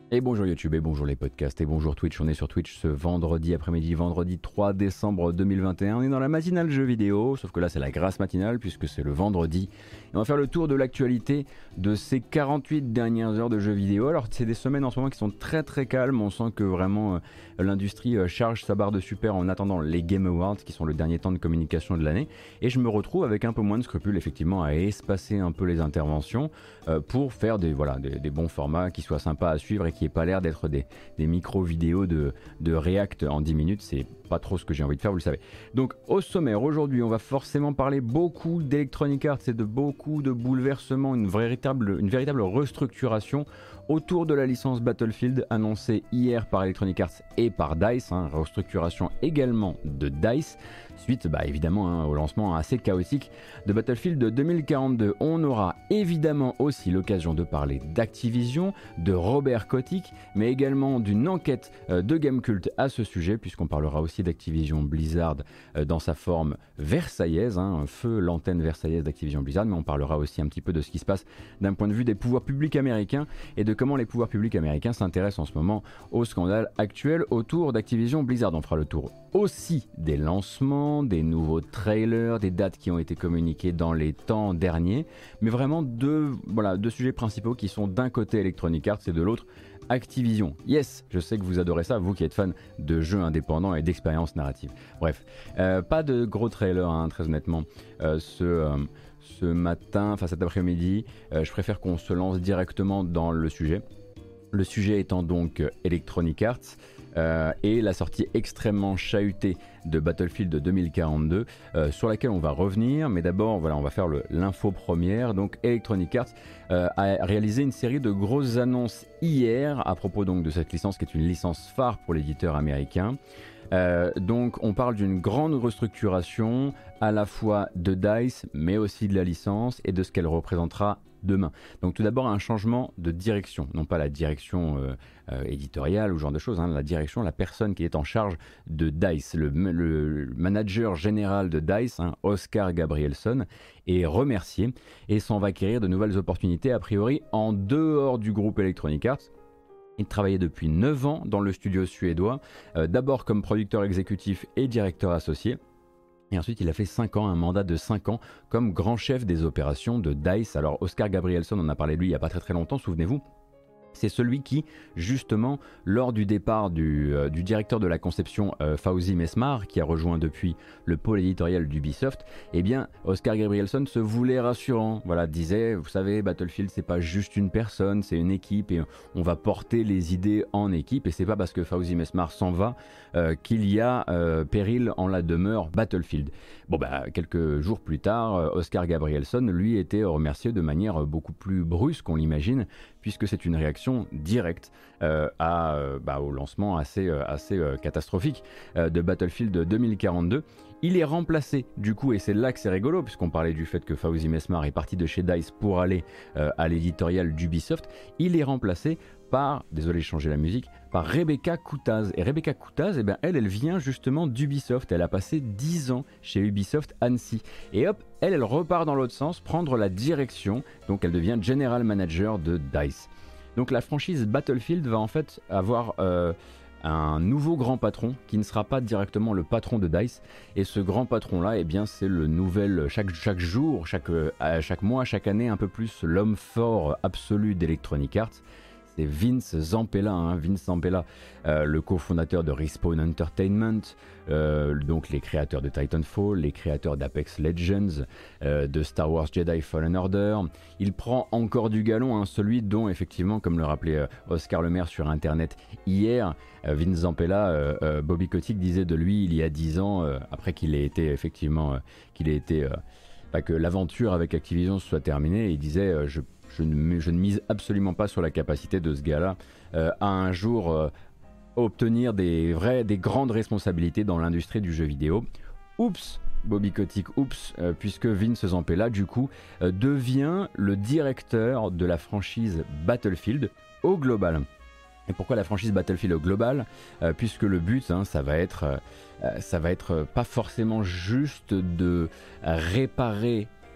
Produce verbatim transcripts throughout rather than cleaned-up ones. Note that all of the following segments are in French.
Et bonjour YouTube, et bonjour les podcasts, et bonjour Twitch. On est sur Twitch ce vendredi après-midi, vendredi trois décembre deux mille vingt et un. On est dans la matinale jeux vidéo, sauf que là c'est la grasse matinale puisque c'est le vendredi. Et on va faire le tour de l'actualité de ces quarante-huit dernières heures de jeux vidéo. Alors c'est des semaines en ce moment qui sont très très calmes. On sent que vraiment euh, l'industrie euh, charge sa barre de super en attendant les Game Awards qui sont le dernier temps de communication de l'année. Et je me retrouve avec un peu moins de scrupules effectivement à espacer un peu les interventions euh, pour faire des, voilà, des, des bons formats qui soient sympas à suivre et qui n'ait pas l'air d'être des, des micro-vidéos de, de React en dix minutes, c'est pas trop ce que j'ai envie de faire, vous le savez. Donc au sommaire, aujourd'hui, on va forcément parler beaucoup d'Electronic Arts et de beaucoup de bouleversements, une véritable, une véritable restructuration autour de la licence Battlefield annoncée hier par Electronic Arts et par DICE, hein, restructuration également de DICE, suite bah, évidemment hein, au lancement assez chaotique de Battlefield deux mille quarante-deux. On aura évidemment aussi l'occasion de parler d'Activision, de Robert Kotick, mais également d'une enquête euh, de Gamecult à ce sujet, puisqu'on parlera aussi d'Activision Blizzard euh, dans sa forme versaillaise, hein, feu l'antenne versaillaise d'Activision Blizzard, mais on parlera aussi un petit peu de ce qui se passe d'un point de vue des pouvoirs publics américains et de comment les pouvoirs publics américains s'intéressent en ce moment au scandale actuel autour d'Activision Blizzard. On fera le tour aussi des lancements, des nouveaux trailers, des dates qui ont été communiquées dans les temps derniers, mais vraiment deux, voilà, deux sujets principaux qui sont d'un côté Electronic Arts et de l'autre Activision. Yes, je sais que vous adorez ça, vous qui êtes fan de jeux indépendants et d'expériences narratives. Bref, euh, pas de gros trailers, hein, très honnêtement, euh, ce... Euh, ce matin, enfin cet après-midi, euh, je préfère qu'on se lance directement dans le sujet. Le sujet étant donc Electronic Arts euh, et la sortie extrêmement chahutée de Battlefield deux mille quarante-deux euh, sur laquelle on va revenir, mais d'abord voilà, on va faire l'info première. Donc Electronic Arts euh, a réalisé une série de grosses annonces hier à propos donc de cette licence qui est une licence phare pour l'éditeur américain. Euh, donc on parle d'une grande restructuration à la fois de DICE mais aussi de la licence et de ce qu'elle représentera demain. Donc tout d'abord un changement de direction, non pas la direction euh, euh, éditoriale ou ce genre de choses, hein, la direction, la personne qui est en charge de DICE, le, le manager général de DICE, hein, Oscar Gabrielson, est remercié et s'en va acquérir de nouvelles opportunités a priori en dehors du groupe Electronic Arts. Il travaillait depuis neuf ans dans le studio suédois, euh, d'abord comme producteur exécutif et directeur associé. Et ensuite, il a fait cinq ans, un mandat de cinq ans comme grand chef des opérations de DICE. Alors, Oscar Gabrielson, on en a parlé de lui il n'y a pas très très longtemps, souvenez-vous. C'est celui qui, justement, lors du départ du, euh, du directeur de la conception euh, Fawzi Mesmar, qui a rejoint depuis le pôle éditorial d'Ubisoft, eh bien, Oscar Gabrielson se voulait rassurant. Voilà, disait, vous savez, Battlefield, c'est pas juste une personne, c'est une équipe et on va porter les idées en équipe. Et c'est pas parce que Fawzi Mesmar s'en va euh, qu'il y a euh, péril en la demeure Battlefield. Bon, bah, quelques jours plus tard, Oscar Gabrielson, lui, était remercié de manière beaucoup plus brusque, on l'imagine, puisque c'est une réaction directe euh, à, euh, bah, au lancement assez, euh, assez euh, catastrophique euh, de Battlefield deux mille quarante-deux. Il est remplacé du coup, et c'est là que c'est rigolo, puisqu'on parlait du fait que Fawzi Mesmar est parti de chez DICE pour aller euh, à l'éditorial d'Ubisoft, il est remplacé par, désolé de changer la musique, par Rebecca Koutaz. Et Rebecca Koutaz, eh ben, elle, elle vient justement d'Ubisoft. Elle a passé dix ans chez Ubisoft Annecy. Et hop, elle, elle repart dans l'autre sens, prendre la direction. Donc elle devient General Manager de DICE. Donc la franchise Battlefield va en fait avoir euh, un nouveau grand patron qui ne sera pas directement le patron de DICE. Et ce grand patron-là, eh bien, c'est le nouvel, chaque, chaque jour, chaque, euh, chaque mois, chaque année, un peu plus l'homme fort absolu d'Electronic Arts. C'est Vince Zampella, hein, Vince Zampella, euh, le cofondateur de Respawn Entertainment, euh, donc les créateurs de Titanfall, les créateurs d'Apex Legends, euh, de Star Wars Jedi Fallen Order. Il prend encore du galon, hein, celui dont effectivement, comme le rappelait euh, Oscar Lemaire sur internet hier, euh, Vince Zampella, euh, euh, Bobby Kotick disait de lui il y a dix ans, euh, après qu'il ait été effectivement, euh, qu'il ait été, euh, pas que l'aventure avec Activision soit terminée, il disait euh, je Je ne, je ne mise absolument pas sur la capacité de ce gars-là euh, à un jour euh, obtenir des, vrais, des grandes responsabilités dans l'industrie du jeu vidéo. Oups, Bobby Kotick, oups, euh, puisque Vince Zampella, du coup, euh, devient le directeur de la franchise Battlefield au global. Et pourquoi la franchise Battlefield au global euh, Puisque le but, hein, ça va être, euh, ça va être pas forcément juste de réparer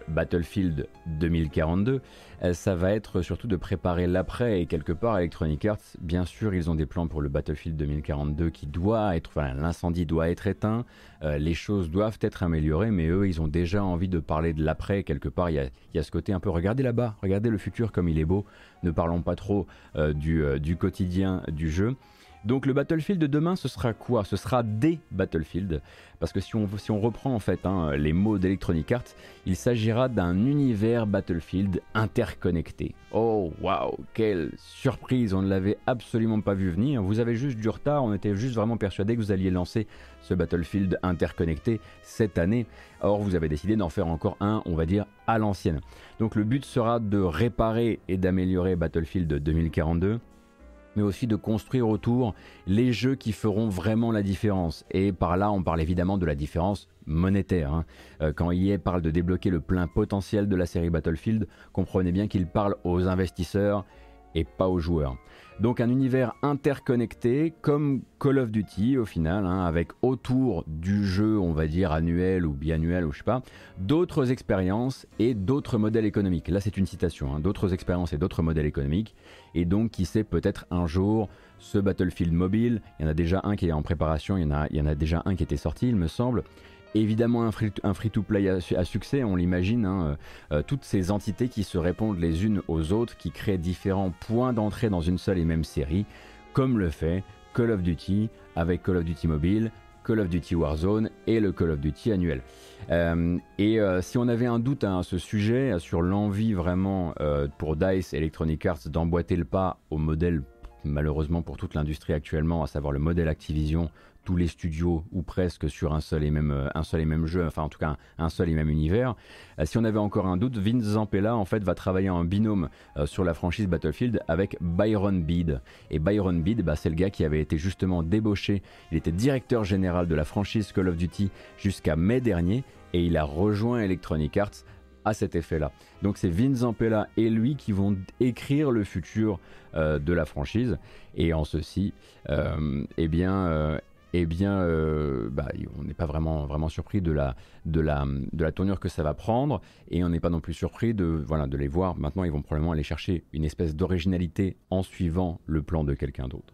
Battlefield deux mille quarante-deux, euh, ça va être surtout de préparer l'après, et quelque part Electronic Arts, bien sûr ils ont des plans pour le Battlefield deux mille quarante-deux qui doit être, enfin l'incendie doit être éteint, euh, les choses doivent être améliorées, mais eux ils ont déjà envie de parler de l'après, quelque part il y a, il y a ce côté un peu, regardez là-bas, regardez le futur comme il est beau, ne parlons pas trop euh, du, euh, du quotidien du jeu. Donc le Battlefield de demain, ce sera quoi? Ce sera des Battlefield, parce que si on, si on reprend en fait hein, les mots d'Electronic Arts, il s'agira d'un univers Battlefield interconnecté. Oh waouh, quelle surprise, on ne l'avait absolument pas vu venir, vous avez juste du retard, on était juste vraiment persuadé que vous alliez lancer ce Battlefield interconnecté cette année. Or vous avez décidé d'en faire encore un, on va dire, à l'ancienne. Donc le but sera de réparer et d'améliorer Battlefield deux mille quarante-deux, mais aussi de construire autour les jeux qui feront vraiment la différence. Et par là, on parle évidemment de la différence monétaire. Hein. Euh, quand E A parle de débloquer le plein potentiel de la série Battlefield, comprenez bien qu'il parle aux investisseurs et pas aux joueurs. Donc un univers interconnecté comme Call of Duty au final, hein, avec autour du jeu, on va dire annuel ou biannuel ou je sais pas, d'autres expériences et d'autres modèles économiques. Là c'est une citation, hein, d'autres expériences et d'autres modèles économiques. Et donc qui sait, peut-être un jour ce Battlefield mobile, il y en a déjà un qui est en préparation, il y en a, il y en a déjà un qui était sorti il me semble. Évidemment un, free, un free-to-play à, à succès, on l'imagine, hein, euh, toutes ces entités qui se répondent les unes aux autres, qui créent différents points d'entrée dans une seule et même série, comme le fait Call of Duty avec Call of Duty Mobile, Call of Duty Warzone et le Call of Duty annuel. Euh, et euh, si on avait un doute hein, à ce sujet, sur l'envie vraiment euh, pour DICE, Electronic Arts d'emboîter le pas au modèle, malheureusement pour toute l'industrie actuellement, à savoir le modèle Activision, tous les studios ou presque sur un seul et même, un seul et même jeu, enfin en tout cas un, un seul et même univers. Euh, si on avait encore un doute, Vince Zampella en fait va travailler en binôme euh, sur la franchise Battlefield avec Byron Beed. Et Byron Beed, bah, c'est le gars qui avait été justement débauché, il était directeur général de la franchise Call of Duty jusqu'à mai dernier et il a rejoint Electronic Arts à cet effet-là. Donc c'est Vince Zampella et lui qui vont écrire le futur euh, de la franchise et en ceci, euh, eh bien... Euh, eh bien, euh, bah, on n'est pas vraiment, vraiment surpris de la, de, la, de la tournure que ça va prendre, et on n'est pas non plus surpris de, voilà, de les voir. Maintenant, ils vont probablement aller chercher une espèce d'originalité en suivant le plan de quelqu'un d'autre.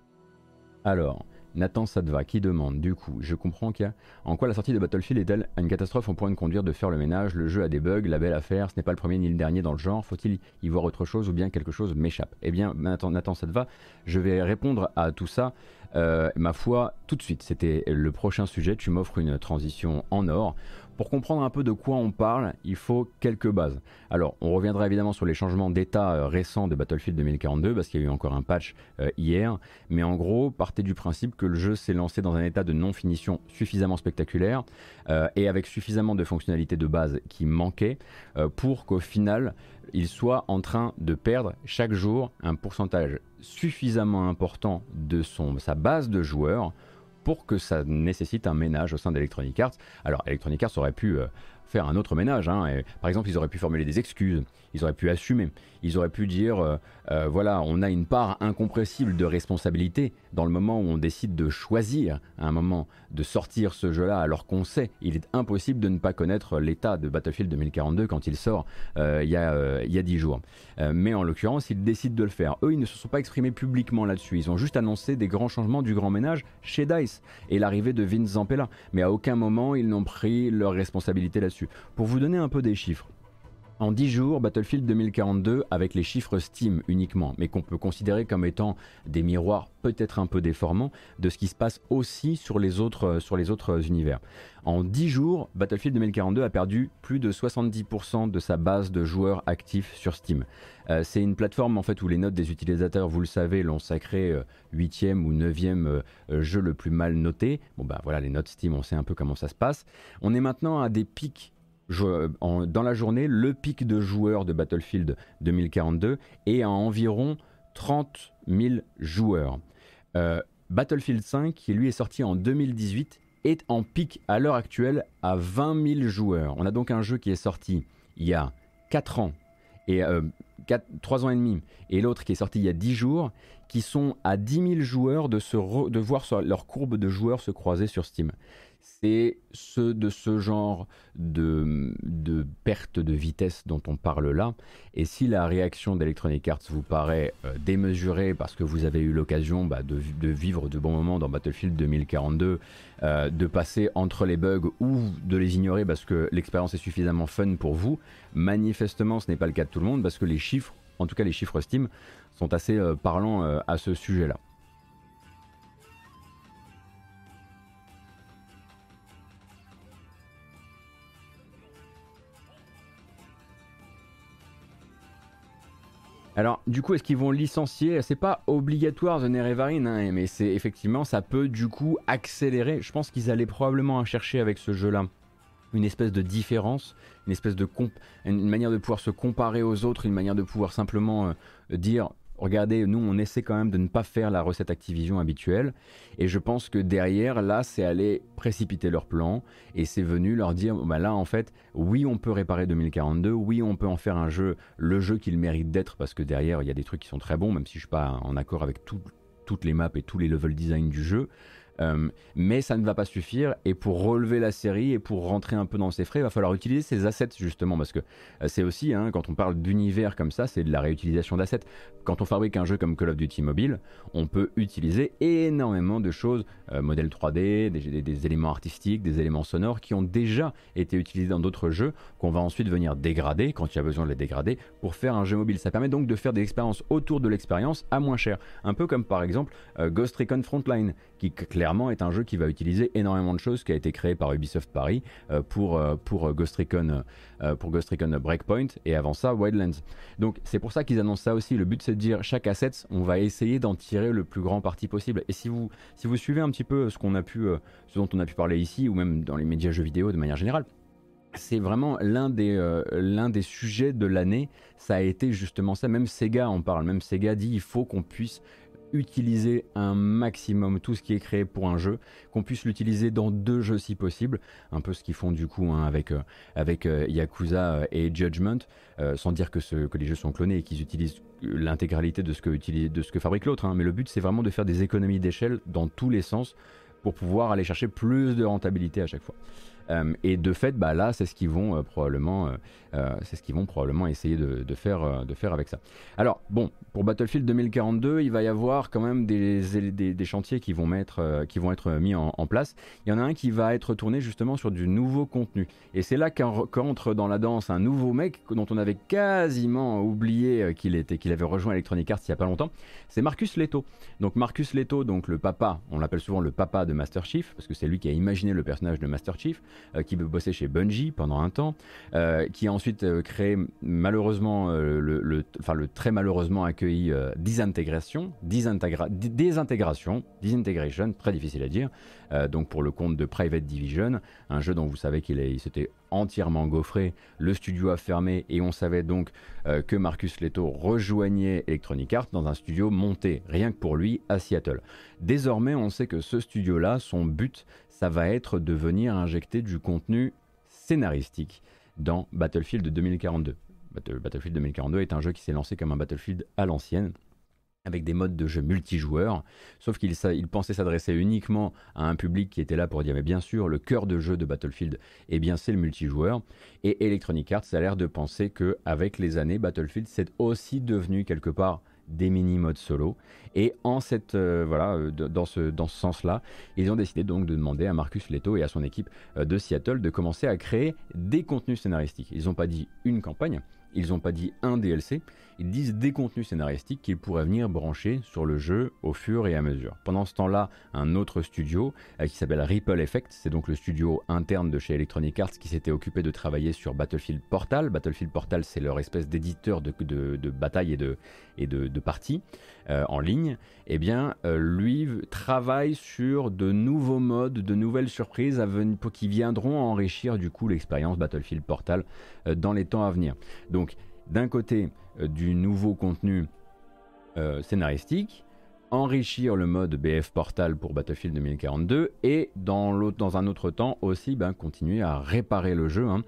Alors, Nathan Sadva qui demande, du coup, je comprends qu'il y a... En quoi la sortie de Battlefield est-elle une catastrophe au point de conduire de faire le ménage? Le jeu a des bugs, la belle affaire, ce n'est pas le premier ni le dernier dans le genre, faut-il y voir autre chose ou bien quelque chose m'échappe? Eh bien, Nathan, Nathan Sadva, je vais répondre à tout ça, euh, ma foi, tout de suite. C'était le prochain sujet, tu m'offres une transition en or. Pour comprendre un peu de quoi on parle, il faut quelques bases. Alors, on reviendra évidemment sur les changements d'état euh, récents de Battlefield deux mille quarante-deux, parce qu'il y a eu encore un patch euh, hier, mais en gros, partez du principe que le jeu s'est lancé dans un état de non-finition suffisamment spectaculaire, euh, et avec suffisamment de fonctionnalités de base qui manquaient, euh, pour qu'au final, il soit en train de perdre chaque jour un pourcentage suffisamment important de son, sa base de joueurs, pour que ça nécessite un ménage au sein d'Electronic Arts. Alors Electronic Arts aurait pu euh, faire un autre ménage, hein, et, par exemple ils auraient pu formuler des excuses, ils auraient pu assumer, ils auraient pu dire euh, euh, voilà, on a une part incompressible de responsabilité dans le moment où on décide de choisir à un moment de sortir ce jeu-là, alors qu'on sait, il est impossible de ne pas connaître l'état de Battlefield deux mille quarante-deux quand il sort euh, il y a euh, il y a dix jours. Euh, mais en l'occurrence, ils décident de le faire. Eux, ils ne se sont pas exprimés publiquement là-dessus, ils ont juste annoncé des grands changements du grand ménage chez DICE et l'arrivée de Vince Zampella. Mais à aucun moment, ils n'ont pris leur responsabilité là-dessus. Pour vous donner un peu des chiffres, en dix jours, Battlefield deux mille quarante-deux avec les chiffres Steam uniquement, mais qu'on peut considérer comme étant des miroirs peut-être un peu déformants de ce qui se passe aussi sur les autres, sur les autres univers. En dix jours, Battlefield deux mille quarante-deux a perdu plus de soixante-dix pour cent de sa base de joueurs actifs sur Steam. Euh, c'est une plateforme en fait où les notes des utilisateurs, vous le savez, l'ont sacré euh, huitième ou neuvième euh, jeu le plus mal noté. Bon bah voilà, les notes Steam, on sait un peu comment ça se passe. On est maintenant à des pics. Je, en, dans la journée, le pic de joueurs de Battlefield deux mille quarante-deux est à environ trente mille joueurs. Euh, Battlefield cinq, qui lui est sorti en deux mille dix-huit, est en pic à l'heure actuelle à vingt mille joueurs. On a donc un jeu qui est sorti il y a quatre ans, et euh, quatre, trois ans et demi, et l'autre qui est sorti il y a dix jours, qui sont à dix mille joueurs de, se re, de voir leur courbe de joueurs se croiser sur Steam. c'est ceux de ce genre de, de perte de vitesse dont on parle là. Et si la réaction d'Electronic Arts vous paraît euh, démesurée parce que vous avez eu l'occasion bah, de, de vivre de bons moments dans Battlefield deux mille quarante-deux, euh, de passer entre les bugs ou de les ignorer parce que l'expérience est suffisamment fun pour vous, manifestement ce n'est pas le cas de tout le monde parce que les chiffres, en tout cas les chiffres Steam, sont assez euh, parlants euh, à ce sujet-là. Alors, du coup, est-ce qu'ils vont licencier? C'est pas obligatoire The Nerevarine, hein, mais c'est effectivement, ça peut du coup accélérer. Je pense qu'ils allaient probablement chercher avec ce jeu-là une espèce de différence, une espèce de comp une manière de pouvoir se comparer aux autres, une manière de pouvoir simplement euh, dire regardez, nous on essaie quand même de ne pas faire la recette Activision habituelle, et je pense que derrière là c'est aller précipiter leur plan et c'est venu leur dire bah là en fait oui on peut réparer deux mille quarante-deux, oui on peut en faire un jeu, le jeu qu'il mérite d'être, parce que derrière il y a des trucs qui sont très bons même si je suis pas en accord avec tout, toutes les maps et tous les level design du jeu. Euh, mais ça ne va pas suffire, et pour relever la série et pour rentrer un peu dans ses frais, il va falloir utiliser ces assets justement, parce que euh, c'est aussi, hein, quand on parle d'univers comme ça, c'est de la réutilisation d'assets. Quand on fabrique un jeu comme Call of Duty Mobile, on peut utiliser énormément de choses, euh, modèles trois D, des, des, des éléments artistiques, des éléments sonores qui ont déjà été utilisés dans d'autres jeux, qu'on va ensuite venir dégrader quand il y a besoin de les dégrader pour faire un jeu mobile. Ça permet donc de faire des expériences autour de l'expérience à moins cher, un peu comme par exemple euh, Ghost Recon Frontline, qui clairement est un jeu qui va utiliser énormément de choses, qui a été créé par Ubisoft Paris euh, pour, euh, pour, Ghost Recon, euh, pour Ghost Recon Breakpoint, et avant ça Wildlands. Donc c'est pour ça qu'ils annoncent ça aussi. Le but c'est de dire chaque asset, on va essayer d'en tirer le plus grand parti possible. Et si vous, si vous suivez un petit peu ce, qu'on a pu, euh, ce dont on a pu parler ici, ou même dans les médias jeux vidéo de manière générale, c'est vraiment l'un des, euh, l'un des sujets de l'année. Ça a été justement ça. Même Sega en parle. Même Sega dit il faut qu'on puisse utiliser un maximum tout ce qui est créé pour un jeu, qu'on puisse l'utiliser dans deux jeux si possible, un peu ce qu'ils font du coup hein, avec, euh, avec euh, Yakuza et Judgment, euh, sans dire que, ce, que les jeux sont clonés et qu'ils utilisent l'intégralité de ce que, utilise, de ce que fabrique l'autre, hein, mais le but c'est vraiment de faire des économies d'échelle dans tous les sens pour pouvoir aller chercher plus de rentabilité à chaque fois. Euh, et de fait, bah là, c'est ce qu'ils vont euh, probablement, euh, euh, c'est ce qu'ils vont probablement essayer de, de faire, euh, de faire avec ça. Alors bon, pour Battlefield deux mille quarante-deux, il va y avoir quand même des, des, des chantiers qui vont, mettre, euh, qui vont être mis en, en place. Il y en a un qui va être tourné justement sur du nouveau contenu. Et c'est là qu'entre dans la danse un nouveau mec dont on avait quasiment oublié qu'il était, qu'il avait rejoint Electronic Arts il y a pas longtemps. C'est Marcus Leto. Donc Marcus Leto, donc le papa, on l'appelle souvent le papa de Master Chief parce que c'est lui qui a imaginé le personnage de Master Chief. Euh, qui bossait chez Bungie pendant un temps, euh, qui a ensuite euh, créé malheureusement euh, le, le, enfin, le très malheureusement accueilli euh, Disintégration, Disintégra Désintégration, Disintegration, très difficile à dire, euh, donc pour le compte de Private Division, un jeu dont vous savez qu'il il s'était entièrement gaufré, le studio a fermé et on savait donc euh, que Marcus Leto rejoignait Electronic Arts dans un studio monté rien que pour lui à Seattle. Désormais on sait que ce studio-là, son but, ça va être de venir injecter du contenu scénaristique dans Battlefield deux mille quarante-deux. Battlefield deux mille quarante-deux est un jeu qui s'est lancé comme un Battlefield à l'ancienne, avec des modes de jeu multijoueurs, sauf qu'il il pensait s'adresser uniquement à un public qui était là pour dire mais bien sûr le cœur de jeu de Battlefield, eh bien c'est le multijoueur, et Electronic Arts a l'air de penser qu'avec les années Battlefield c'est aussi devenu quelque part des mini-modes solo, et en cette, euh, voilà, dans ce, dans ce sens-là, ils ont décidé donc de demander à Marcus Leto et à son équipe euh, de Seattle de commencer à créer des contenus scénaristiques. Ils n'ont pas dit une campagne, ils n'ont pas dit un D L C, ils disent des contenus scénaristiques qu'ils pourraient venir brancher sur le jeu au fur et à mesure. Pendant ce temps-là, un autre studio euh, qui s'appelle Ripple Effect, c'est donc le studio interne de chez Electronic Arts qui s'était occupé de travailler sur Battlefield Portal. Battlefield Portal, c'est leur espèce d'éditeur de, de, de bataille et de, et de, de parties euh, en ligne. Eh bien, euh, lui travaille sur de nouveaux modes, de nouvelles surprises à venir, qui viendront enrichir du coup l'expérience Battlefield Portal euh, dans les temps à venir. Donc, d'un côté, euh, du nouveau contenu euh, scénaristique, enrichir le mode B F Portal pour Battlefield deux mille quarante-deux, et dans, l'autre, dans un autre temps aussi ben, continuer à réparer le jeu, hein.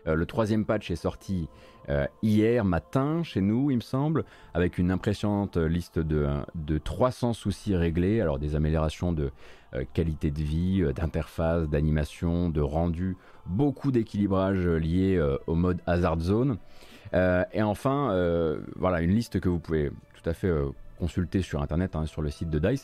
Euh, le troisième patch est sorti euh, hier matin chez nous, il me semble, avec une impressionnante liste de, de trois cents soucis réglés. Alors des améliorations de euh, qualité de vie, euh, d'interface, d'animation, de rendu, beaucoup d'équilibrage liés euh, au mode Hazard Zone. Euh, et enfin, euh, voilà, une liste que vous pouvez tout à fait euh, consulter sur internet, hein, sur le site de DICE.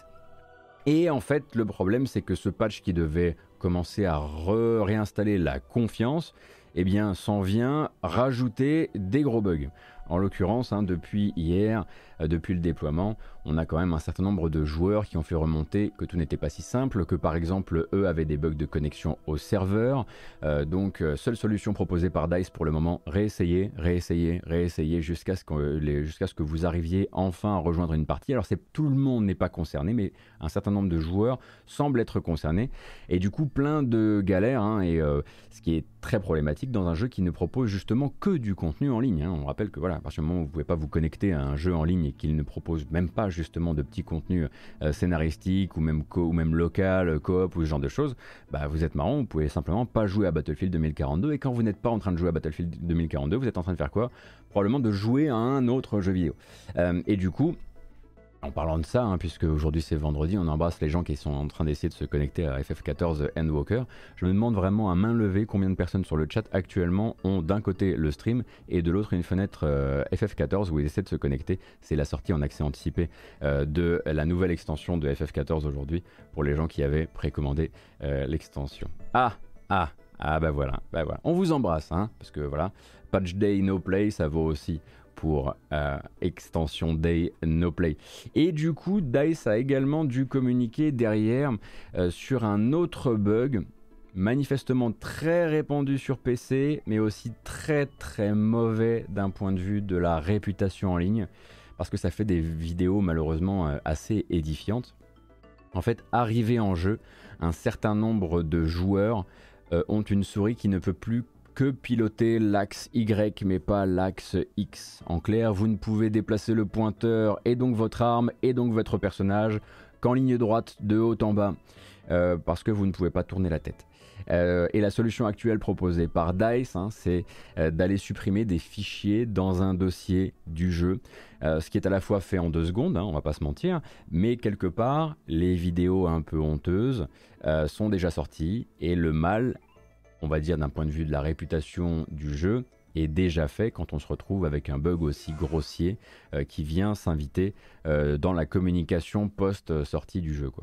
Et en fait, le problème, c'est que ce patch qui devait commencer à re réinstaller la confiance, eh bien, s'en vient rajouter des gros bugs. En l'occurrence, hein, depuis hier, euh, depuis le déploiement, on a quand même un certain nombre de joueurs qui ont fait remonter que tout n'était pas si simple, que par exemple, eux avaient des bugs de connexion au serveur. Euh, donc, euh, seule solution proposée par DICE pour le moment, réessayer, réessayer, réessayer jusqu'à ce, que, les, jusqu'à ce que vous arriviez enfin à rejoindre une partie. Alors, c'est, tout le monde n'est pas concerné, mais un certain nombre de joueurs semblent être concernés. Et du coup, plein de galères, hein, et euh, ce qui est très problématique dans un jeu qui ne propose justement que du contenu en ligne. Hein. On rappelle que voilà, à partir du moment où vous ne pouvez pas vous connecter à un jeu en ligne et qu'il ne propose même pas justement de petits contenus euh, scénaristiques ou même, co ou même local, coop ou ce genre de choses, bah, vous êtes marrant, vous pouvez simplement pas jouer à Battlefield deux mille quarante-deux. Et quand vous n'êtes pas en train de jouer à Battlefield deux mille quarante-deux, vous êtes en train de faire quoi? Probablement de jouer à un autre jeu vidéo. Euh, et du coup, en parlant de ça, hein, puisque aujourd'hui c'est vendredi, on embrasse les gens qui sont en train d'essayer de se connecter à F F quatorze Endwalker. Je me demande vraiment à main levée combien de personnes sur le chat actuellement ont d'un côté le stream et de l'autre une fenêtre euh, F F quatorze où ils essaient de se connecter. C'est la sortie en accès anticipé euh, de la nouvelle extension de F F quatorze aujourd'hui pour les gens qui avaient précommandé euh, l'extension. Ah, ah, ah bah voilà, bah voilà. On vous embrasse, hein, parce que voilà, Patch Day No Play, ça vaut aussi pour euh, Extension Day No Play. Et du coup, DICE a également dû communiquer derrière euh, sur un autre bug, manifestement très répandu sur P C, mais aussi très très mauvais d'un point de vue de la réputation en ligne, parce que ça fait des vidéos malheureusement euh, assez édifiantes. En fait, arrivé en jeu, un certain nombre de joueurs euh, ont une souris qui ne peut plus que piloter l'axe Y mais pas l'axe X. En clair, vous ne pouvez déplacer le pointeur et donc votre arme et donc votre personnage qu'en ligne droite de haut en bas euh, parce que vous ne pouvez pas tourner la tête. Euh, et la solution actuelle proposée par DICE, hein, c'est euh, d'aller supprimer des fichiers dans un dossier du jeu, euh, ce qui est à la fois fait en deux secondes, hein, on va pas se mentir, mais quelque part, les vidéos un peu honteuses euh, sont déjà sorties et le mal, on va dire d'un point de vue de la réputation du jeu, est déjà fait quand on se retrouve avec un bug aussi grossier euh, qui vient s'inviter euh, dans la communication post-sortie du jeu, quoi.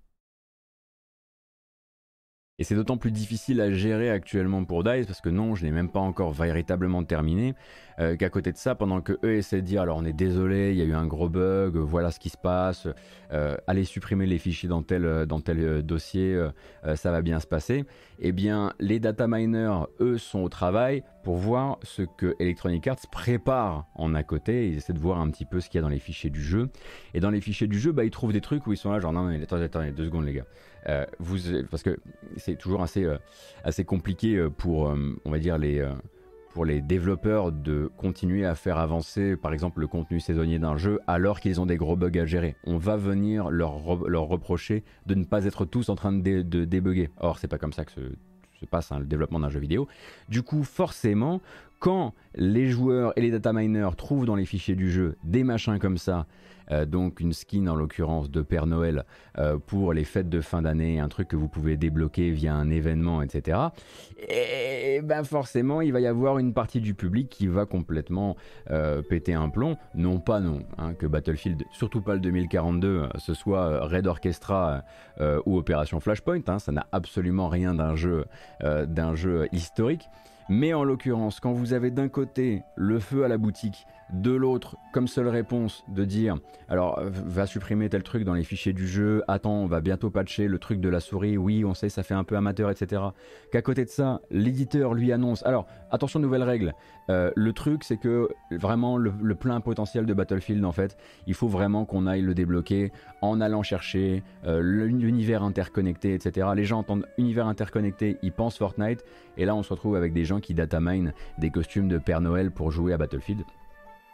Et c'est d'autant plus difficile à gérer actuellement pour DICE parce que non, je n'ai même pas encore véritablement terminé, euh, qu'à côté de ça, pendant que eux essaient de dire alors on est désolé, il y a eu un gros bug, voilà ce qui se passe, euh, allez supprimer les fichiers dans tel, dans tel dossier, euh, ça va bien se passer, et eh bien les data miners, eux, sont au travail pour voir ce que Electronic Arts prépare en à côté. Ils essaient de voir un petit peu ce qu'il y a dans les fichiers du jeu. Et dans les fichiers du jeu, bah, ils trouvent des trucs où ils sont là genre non, mais attendez, attendez, deux secondes les gars. Euh, vous, parce que c'est toujours assez, euh, assez compliqué pour, euh, on va dire, les, euh, pour les développeurs de continuer à faire avancer, par exemple, le contenu saisonnier d'un jeu alors qu'ils ont des gros bugs à gérer. On va venir leur, re leur reprocher de ne pas être tous en train de, dé de débugger. Or, c'est pas comme ça que ce se passe hein, le développement d'un jeu vidéo. Du coup, forcément, quand les joueurs et les data miners trouvent dans les fichiers du jeu des machins comme ça, euh, donc une skin en l'occurrence de Père Noël euh, pour les fêtes de fin d'année, un truc que vous pouvez débloquer via un événement, et cetera. Et ben forcément, il va y avoir une partie du public qui va complètement euh, péter un plomb. Non pas non, hein, que Battlefield, surtout pas le deux mille quarante-deux, euh, ce soit Red Orchestra euh, ou Opération Flashpoint, hein, ça n'a absolument rien d'un jeu, euh, d'un jeu historique. Mais en l'occurrence, quand vous avez d'un côté le feu à la boutique, de l'autre, comme seule réponse, de dire alors va supprimer tel truc dans les fichiers du jeu, attends, on va bientôt patcher le truc de la souris, oui, on sait, ça fait un peu amateur, et cetera. Qu'à côté de ça, l'éditeur lui annonce alors attention, nouvelle règle, euh, le truc c'est que vraiment le, le plein potentiel de Battlefield, en fait, il faut vraiment qu'on aille le débloquer en allant chercher euh, l'univers interconnecté, et cetera. Les gens entendent univers interconnecté, ils pensent Fortnite, et là on se retrouve avec des gens qui datamine des costumes de Père Noël pour jouer à Battlefield.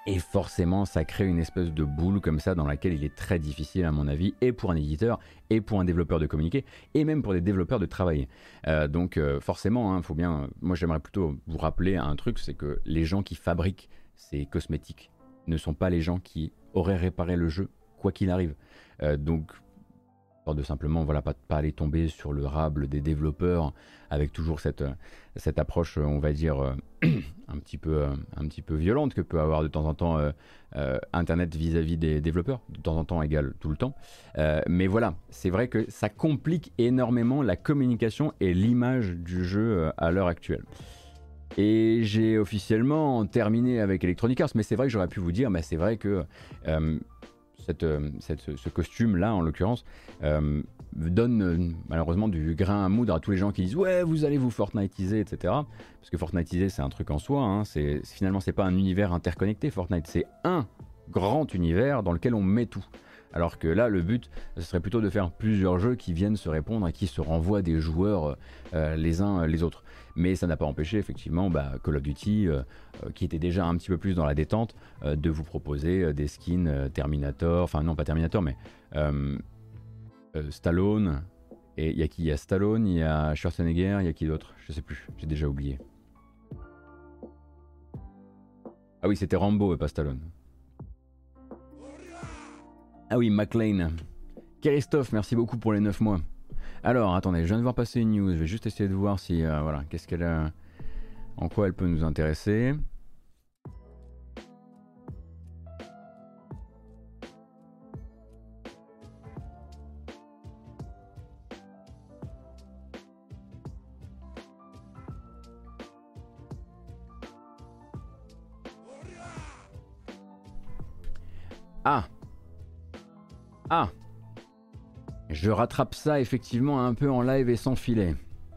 Et forcément, ça crée une espèce de boule comme ça dans laquelle il est très difficile, à mon avis, et pour un éditeur, et pour un développeur de communiquer, et même pour des développeurs de travailler. Euh, donc euh, forcément, hein, faut bien. Moi, j'aimerais plutôt vous rappeler un truc, c'est que les gens qui fabriquent ces cosmétiques ne sont pas les gens qui auraient réparé le jeu, quoi qu'il arrive. Euh, donc de simplement voilà, pas, pas aller tomber sur le rable des développeurs avec toujours cette, cette approche, on va dire, euh, un, petit peu, euh, un petit peu violente que peut avoir de temps en temps euh, euh, Internet vis-à-vis des développeurs, de temps en temps égale tout le temps. Euh, mais voilà, c'est vrai que ça complique énormément la communication et l'image du jeu euh, à l'heure actuelle. Et j'ai officiellement terminé avec Electronic Arts, mais c'est vrai que j'aurais pu vous dire, mais c'est vrai que euh, cette, cette, ce costume-là, en l'occurrence, euh, donne euh, malheureusement du grain à moudre à tous les gens qui disent ouais, vous allez vous Fortniteiser, et cetera. Parce que Fortniteiser, c'est un truc en soi. Hein, c'est, finalement, c'est pas un univers interconnecté. Fortnite, c'est un grand univers dans lequel on met tout. Alors que là, le but, ce serait plutôt de faire plusieurs jeux qui viennent se répondre et qui se renvoient des joueurs euh, les uns les autres. Mais ça n'a pas empêché, effectivement, bah, Call of Duty, euh, euh, qui était déjà un petit peu plus dans la détente, euh, de vous proposer euh, des skins euh, Terminator, enfin non, pas Terminator, mais euh, euh, Stallone. Et il y a qui? Il y a Stallone, il y a Schwarzenegger, il y a qui d'autre? Je sais plus, j'ai déjà oublié. Ah oui, c'était Rambo et pas Stallone. Ah oui, McLean. Christophe, merci beaucoup pour les neuf mois. Alors, attendez, je viens de voir passer une news. Je vais juste essayer de voir si, euh, voilà, qu'est-ce qu'elle a, en quoi elle peut nous intéresser. Ah. Ah. Je rattrape ça effectivement un peu en live et sans filet.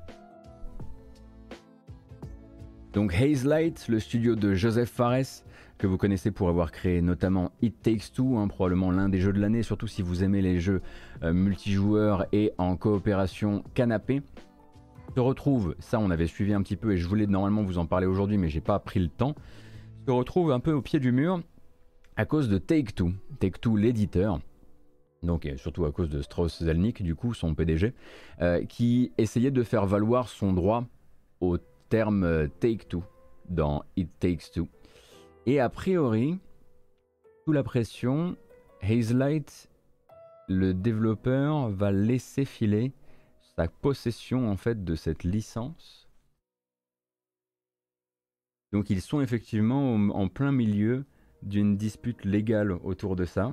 Donc Hazelight, le studio de Joseph Fares, que vous connaissez pour avoir créé notamment It Takes Two, hein, probablement l'un des jeux de l'année, surtout si vous aimez les jeux euh, multijoueurs et en coopération canapé, se retrouve, ça on avait suivi un petit peu et je voulais normalement vous en parler aujourd'hui mais j'ai pas pris le temps, se retrouve un peu au pied du mur à cause de Take-Two, Take-Two l'éditeur, donc et surtout à cause de Strauss-Zelnick, du coup son P D G, euh, qui essayait de faire valoir son droit au terme euh, Take-Two dans It Takes Two. Et a priori, sous la pression, Hazelight, le développeur, va laisser filer sa possession en fait de cette licence. Donc ils sont effectivement en, en plein milieu d'une dispute légale autour de ça.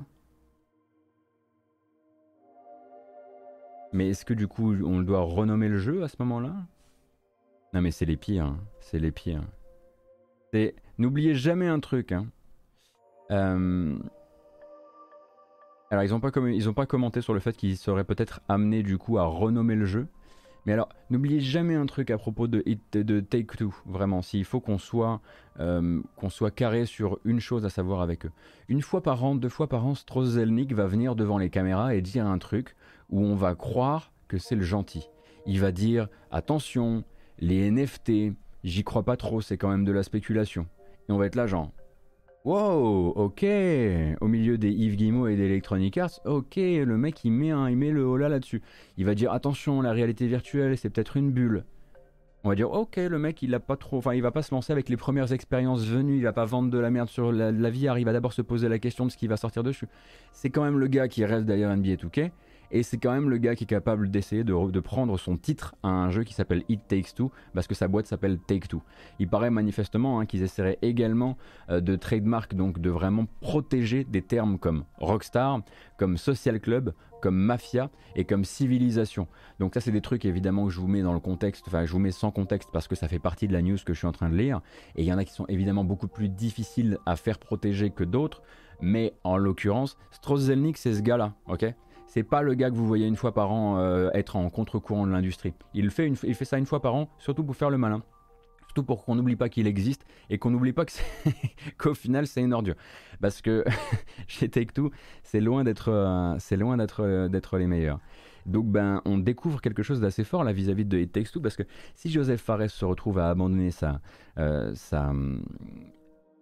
Mais est-ce que du coup on doit renommer le jeu à ce moment-là? Non mais c'est les pires, hein. C'est les pires. C'est... N'oubliez jamais un truc. Hein. Euh... Alors ils n'ont pas, com... ils ont pas commenté sur le fait qu'ils seraient peut-être amenés du coup à renommer le jeu. Mais alors, n'oubliez jamais un truc à propos de, de Take-Two, vraiment, s'il faut qu'on soit, euh, qu'on soit carré sur une chose à savoir avec eux. Une fois par an, deux fois par an, Strauss-Zelnick va venir devant les caméras et dire un truc où on va croire que c'est le gentil. Il va dire, attention, les N F T, j'y crois pas trop, c'est quand même de la spéculation. Et on va être là genre... Wow, ok, au milieu des Yves Guillemot et d'Electronic Arts, ok, le mec il met, un, il met le holà là-dessus. Il va dire attention, la réalité virtuelle c'est peut-être une bulle. On va dire ok, le mec il a pas trop, enfin il va pas se lancer avec les premières expériences venues, il va pas vendre de la merde sur la, la V R, il va d'abord se poser la question de ce qui va sortir dessus. C'est quand même le gars qui reste derrière N B A deux K. Et c'est quand même le gars qui est capable d'essayer de, de prendre son titre à un jeu qui s'appelle It Takes Two, parce que sa boîte s'appelle Take Two. Il paraît manifestement hein, qu'ils essaieraient également euh, de trademark, donc de vraiment protéger des termes comme Rockstar, comme Social Club, comme Mafia et comme Civilisation. Donc ça c'est des trucs évidemment que je vous mets dans le contexte, enfin je vous mets sans contexte parce que ça fait partie de la news que je suis en train de lire. Et il y en a qui sont évidemment beaucoup plus difficiles à faire protéger que d'autres, mais en l'occurrence, Strauss-Zelnick c'est ce gars-là, ok ? C'est pas le gars que vous voyez une fois par an euh, être en contre-courant de l'industrie. Il fait, une, il fait ça une fois par an, surtout pour faire le malin. Surtout pour qu'on n'oublie pas qu'il existe et qu'on n'oublie pas que qu'au final c'est une ordure. Parce que chez Take-Two, c'est loin d'être euh, c'est loin d'être euh, d'être les meilleurs. Donc ben on découvre quelque chose d'assez fort là vis-à-vis de It Takes Two, parce que si Joseph Fares se retrouve à abandonner sa, euh, sa,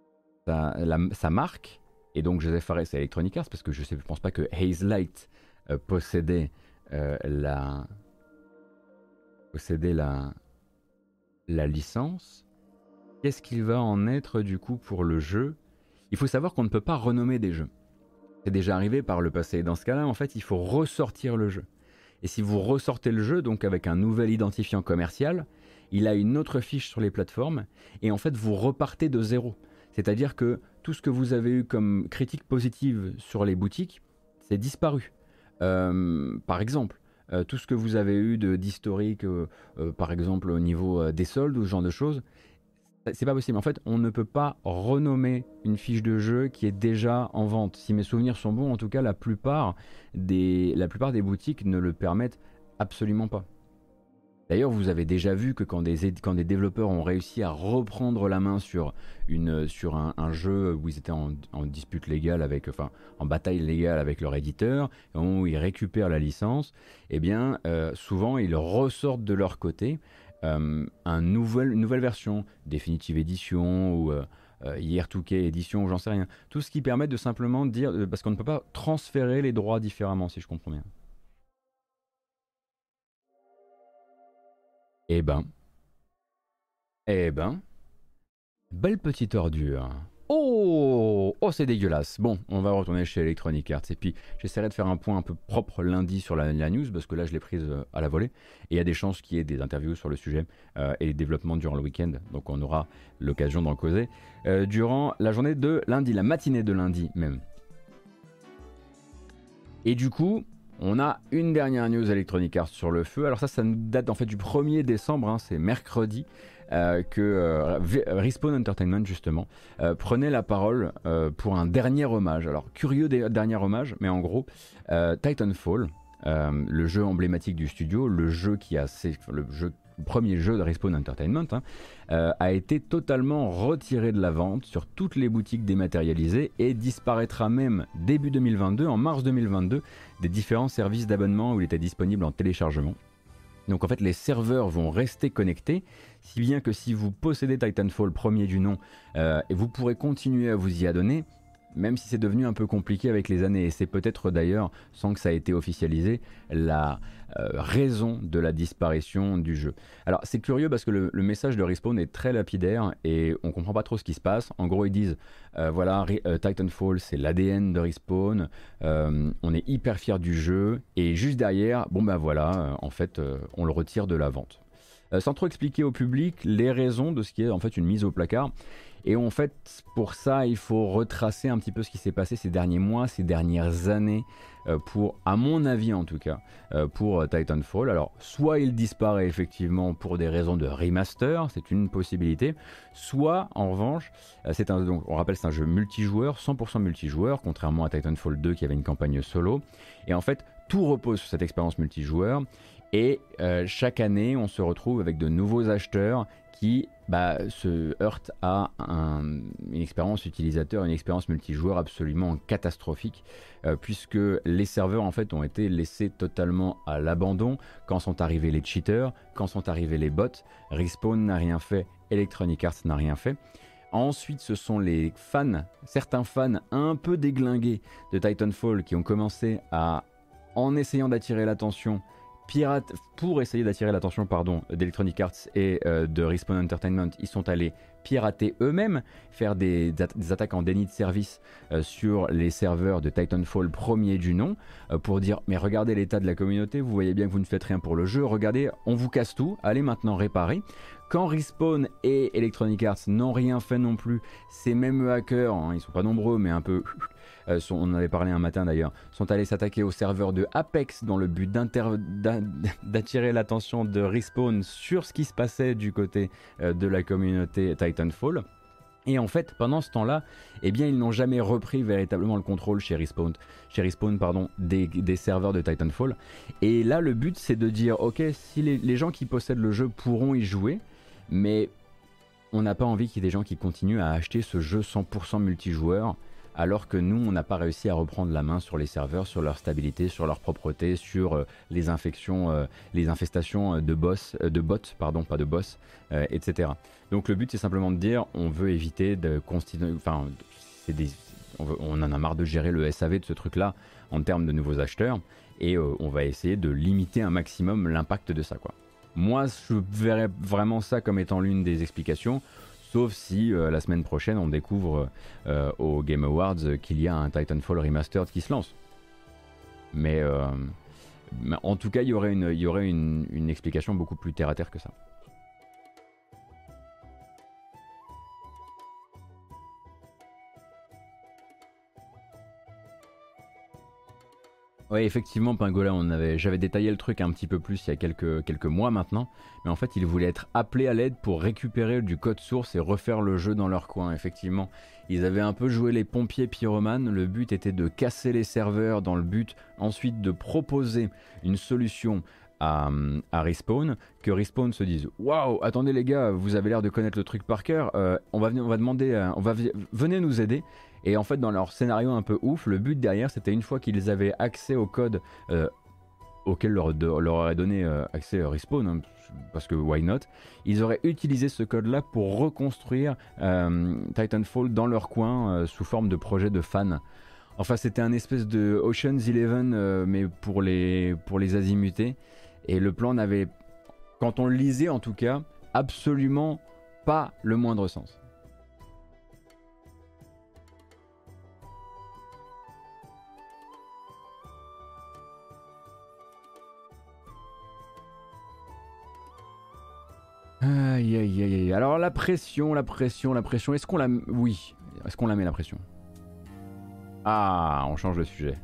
sa, la, sa marque, et donc Joseph Fares à Electronic Arts, parce que je ne pense pas que Haze Light euh, possédait, euh, la, possédait la, la licence. Qu'est-ce qu'il va en être du coup pour le jeu? Il faut savoir qu'on ne peut pas renommer des jeux. C'est déjà arrivé par le passé. Et dans ce cas-là, en fait, il faut ressortir le jeu. Et si vous ressortez le jeu, donc avec un nouvel identifiant commercial, il a une autre fiche sur les plateformes, et en fait, vous repartez de zéro. C'est-à-dire que tout ce que vous avez eu comme critique positive sur les boutiques, c'est disparu. Euh, par exemple, euh, tout ce que vous avez eu de, d'historique, euh, euh, par exemple au niveau euh, des soldes ou ce genre de choses, c'est pas possible. En fait, on ne peut pas renommer une fiche de jeu qui est déjà en vente. Si mes souvenirs sont bons, en tout cas, la plupart des, la plupart des boutiques ne le permettent absolument pas. D'ailleurs, vous avez déjà vu que quand des, quand des développeurs ont réussi à reprendre la main sur, une, sur un, un jeu où ils étaient en, en dispute légale, avec, enfin en bataille légale avec leur éditeur, où ils récupèrent la licence, eh bien, euh, souvent ils ressortent de leur côté euh, un nouvel, une nouvelle version, Definitive Edition ou euh, euh, Year deux K Edition, ou j'en sais rien. Tout ce qui permet de simplement dire, euh, parce qu'on ne peut pas transférer les droits différemment, si je comprends bien. Eh ben, eh ben, belle petite ordure. Oh, oh, c'est dégueulasse. Bon, on va retourner chez Electronic Arts. Et puis, j'essaierai de faire un point un peu propre lundi sur la, la news, parce que là, je l'ai prise à la volée. Et il y a des chances qu'il y ait des interviews sur le sujet euh, et les développements durant le week-end. Donc, on aura l'occasion d'en causer euh, durant la journée de lundi, la matinée de lundi même. Et du coup, on a une dernière news Electronic Arts sur le feu. Alors ça, ça date en fait du premier décembre, hein, c'est mercredi, euh, que euh, Respawn Entertainment justement euh, prenait la parole euh, pour un dernier hommage. Alors curieux des, dernier hommage, mais en gros, euh, Titanfall, euh, le jeu emblématique du studio, le jeu qui a, le jeu le premier jeu de Respawn Entertainment, hein, euh, a été totalement retiré de la vente sur toutes les boutiques dématérialisées et disparaîtra même début deux mille vingt-deux, en mars deux mille vingt-deux, des différents services d'abonnement où il était disponible en téléchargement. Donc en fait les serveurs vont rester connectés, si bien que si vous possédez Titanfall premier du nom, euh, vous pourrez continuer à vous y adonner, même si c'est devenu un peu compliqué avec les années. Et c'est peut-être d'ailleurs, sans que ça ait été officialisé, la euh, raison de la disparition du jeu. Alors c'est curieux parce que le, le message de Respawn est très lapidaire et on comprend pas trop ce qui se passe. En gros ils disent, euh, voilà, euh, Titanfall c'est l'A D N de Respawn, euh, on est hyper fiers du jeu, et juste derrière, bon ben voilà, euh, en fait euh, on le retire de la vente. Euh, sans trop expliquer au public les raisons de ce qui est en fait une mise au placard. Et en fait, pour ça, il faut retracer un petit peu ce qui s'est passé ces derniers mois, ces dernières années, euh, pour, à mon avis en tout cas, euh, pour euh, Titanfall. Alors, soit il disparaît effectivement pour des raisons de remaster, c'est une possibilité, soit, en revanche, euh, c'est un, donc, on rappelle, c'est un jeu multijoueur, cent pour cent multijoueur, contrairement à Titanfall deux qui avait une campagne solo. Et en fait, tout repose sur cette expérience multijoueur. Et euh, chaque année, on se retrouve avec de nouveaux acheteurs qui bah, se heurtent à un, une expérience utilisateur, une expérience multijoueur absolument catastrophique, euh, puisque les serveurs en fait ont été laissés totalement à l'abandon quand sont arrivés les cheaters, quand sont arrivés les bots. Respawn n'a rien fait, Electronic Arts n'a rien fait. Ensuite, ce sont les fans, certains fans un peu déglingués de Titanfall qui ont commencé à, en essayant d'attirer l'attention, Pirate, pour essayer d'attirer l'attention pardon, d'Electronic Arts et euh, de Respawn Entertainment, ils sont allés pirater eux-mêmes, faire des, des attaques en déni de service euh, sur les serveurs de Titanfall premier du nom, euh, pour dire mais regardez l'état de la communauté, vous voyez bien que vous ne faites rien pour le jeu, regardez, on vous casse tout, allez maintenant réparer. Quand Respawn et Electronic Arts n'ont rien fait non plus, ces mêmes hackers, hein, ils sont pas nombreux mais un peu... Euh, sont, on en avait parlé un matin d'ailleurs, sont allés s'attaquer au serveur de Apex dans le but d'attirer l'attention de Respawn sur ce qui se passait du côté euh, de la communauté Titanfall. Et en fait, pendant ce temps-là, eh bien, ils n'ont jamais repris véritablement le contrôle chez Respawn, chez Respawn pardon, des, des serveurs de Titanfall. Et là, le but, c'est de dire, ok, si les, les gens qui possèdent le jeu pourront y jouer, mais on n'a pas envie qu'il y ait des gens qui continuent à acheter ce jeu cent pour cent multijoueur alors que nous, on n'a pas réussi à reprendre la main sur les serveurs, sur leur stabilité, sur leur propreté, sur euh, les infections, euh, les infestations de boss, euh, de bots, pardon, pas de boss, euh, et cetera. Donc le but, c'est simplement de dire, on veut éviter de constituer, enfin, c'est des, on, veut, on en a marre de gérer le S A V de ce truc-là en termes de nouveaux acheteurs, et euh, on va essayer de limiter un maximum l'impact de ça, quoi. Moi, je verrais vraiment ça comme étant l'une des explications. Sauf si euh, la semaine prochaine on découvre euh, aux Game Awards euh, qu'il y a un Titanfall Remastered qui se lance. Mais, euh, mais en tout cas, il y aurait, une, il y aurait une, une explication beaucoup plus terre à terre que ça. Ouais, effectivement, Pingola, on avait, j'avais détaillé le truc un petit peu plus il y a quelques, quelques mois maintenant, mais en fait, ils voulaient être appelés à l'aide pour récupérer du code source et refaire le jeu dans leur coin. Effectivement, ils avaient un peu joué les pompiers pyromanes. Le but était de casser les serveurs dans le but ensuite de proposer une solution à, à Respawn, que Respawn se dise waouh, attendez les gars, vous avez l'air de connaître le truc par cœur, euh, on va venir, on va demander, euh, on va venez nous aider. Et en fait, dans leur scénario un peu ouf, le but derrière, c'était une fois qu'ils avaient accès au code euh, auquel leur, de, leur aurait donné euh, accès euh, Respawn, hein, parce que why not, ils auraient utilisé ce code-là pour reconstruire euh, Titanfall dans leur coin euh, sous forme de projet de fans. Enfin, c'était un espèce de Ocean's Eleven, euh, mais pour les, pour les azimutés. Et le plan n'avait, quand on le lisait en tout cas, absolument pas le moindre sens. Aïe aïe aïe aïe. Alors la pression, la pression, la pression, est-ce qu'on la... Oui, est-ce qu'on la met la pression? Ah, on change de sujet.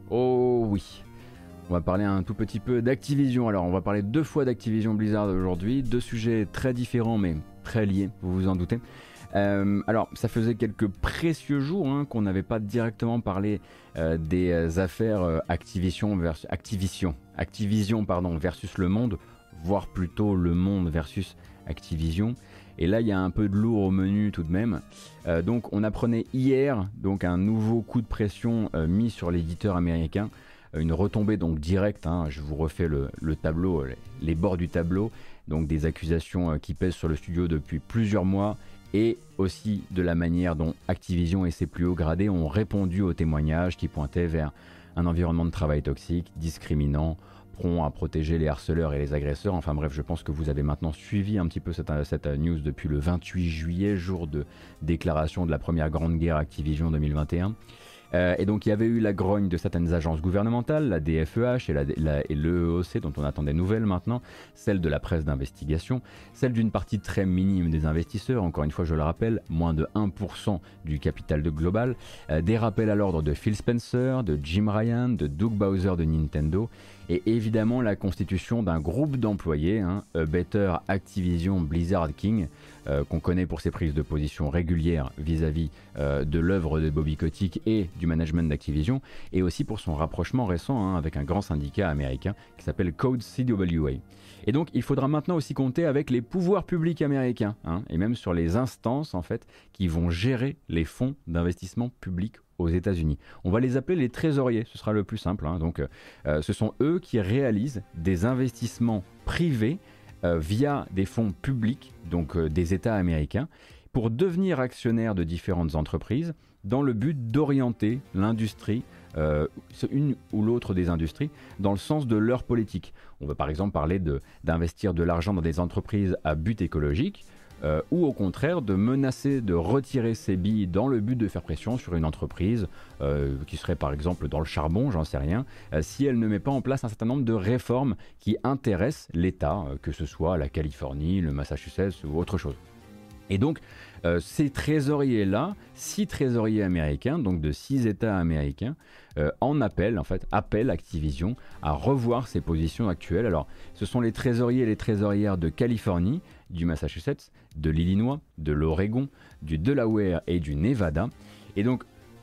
Oh oui. On va parler un tout petit peu d'Activision. Alors on va parler deux fois d'Activision Blizzard aujourd'hui. Deux sujets très différents mais très liés, vous vous en doutez. Euh, alors ça faisait quelques précieux jours hein, qu'on n'avait pas directement parlé euh, des affaires euh, Activision versus... Activision, Activision pardon, versus Le Monde, voire plutôt Le Monde versus Activision. Et là il y a un peu de lourd au menu tout de même. Euh, donc on apprenait hier donc un nouveau coup de pression euh, mis sur l'éditeur américain. Euh, une retombée donc directe, hein, je vous refais le, le tableau, les, les bords du tableau. Donc des accusations euh, qui pèsent sur le studio depuis plusieurs mois. Et aussi de la manière dont Activision et ses plus hauts gradés ont répondu aux témoignages qui pointaient vers un environnement de travail toxique, discriminant, prompt à protéger les harceleurs et les agresseurs. Enfin bref, je pense que vous avez maintenant suivi un petit peu cette, cette news depuis le vingt-huit juillet, jour de déclaration de la première grande guerre Activision deux mille vingt et un. Euh, et donc il y avait eu la grogne de certaines agences gouvernementales, la D F E H et, la, la, et l'E E O C dont on attend des nouvelles maintenant, celle de la presse d'investigation, celle d'une partie très minime des investisseurs, encore une fois je le rappelle, moins de un pour cent du capital de Global, euh, des rappels à l'ordre de Phil Spencer, de Jim Ryan, de Doug Bowser de Nintendo, et évidemment la constitution d'un groupe d'employés, hein, A Better Activision Blizzard King, euh, qu'on connaît pour ses prises de position régulières vis-à-vis euh, de l'œuvre de Bobby Kotick et du management d'Activision, et aussi pour son rapprochement récent hein, avec un grand syndicat américain qui s'appelle Code C W A. Et donc il faudra maintenant aussi compter avec les pouvoirs publics américains, hein, et même sur les instances en fait qui vont gérer les fonds d'investissement publics aux États-Unis. On va les appeler les trésoriers, ce sera le plus simple. Hein. Donc, euh, ce sont eux qui réalisent des investissements privés euh, via des fonds publics, donc euh, des États américains, pour devenir actionnaires de différentes entreprises dans le but d'orienter l'industrie, euh, une ou l'autre des industries, dans le sens de leur politique. On va par exemple parler de, d'investir de l'argent dans des entreprises à but écologique, Euh, ou au contraire de menacer de retirer ses billes dans le but de faire pression sur une entreprise euh, qui serait par exemple dans le charbon, j'en sais rien, euh, si elle ne met pas en place un certain nombre de réformes qui intéressent l'État, euh, que ce soit la Californie, le Massachusetts ou autre chose. Et donc euh, ces trésoriers-là, six trésoriers américains, donc de six États américains, euh, en appellent, en fait, appellent Activision à revoir ses positions actuelles. Alors ce sont les trésoriers et les trésorières de Californie, du Massachusetts, de l'Illinois, de l'Oregon, du Delaware et du Nevada. Et donc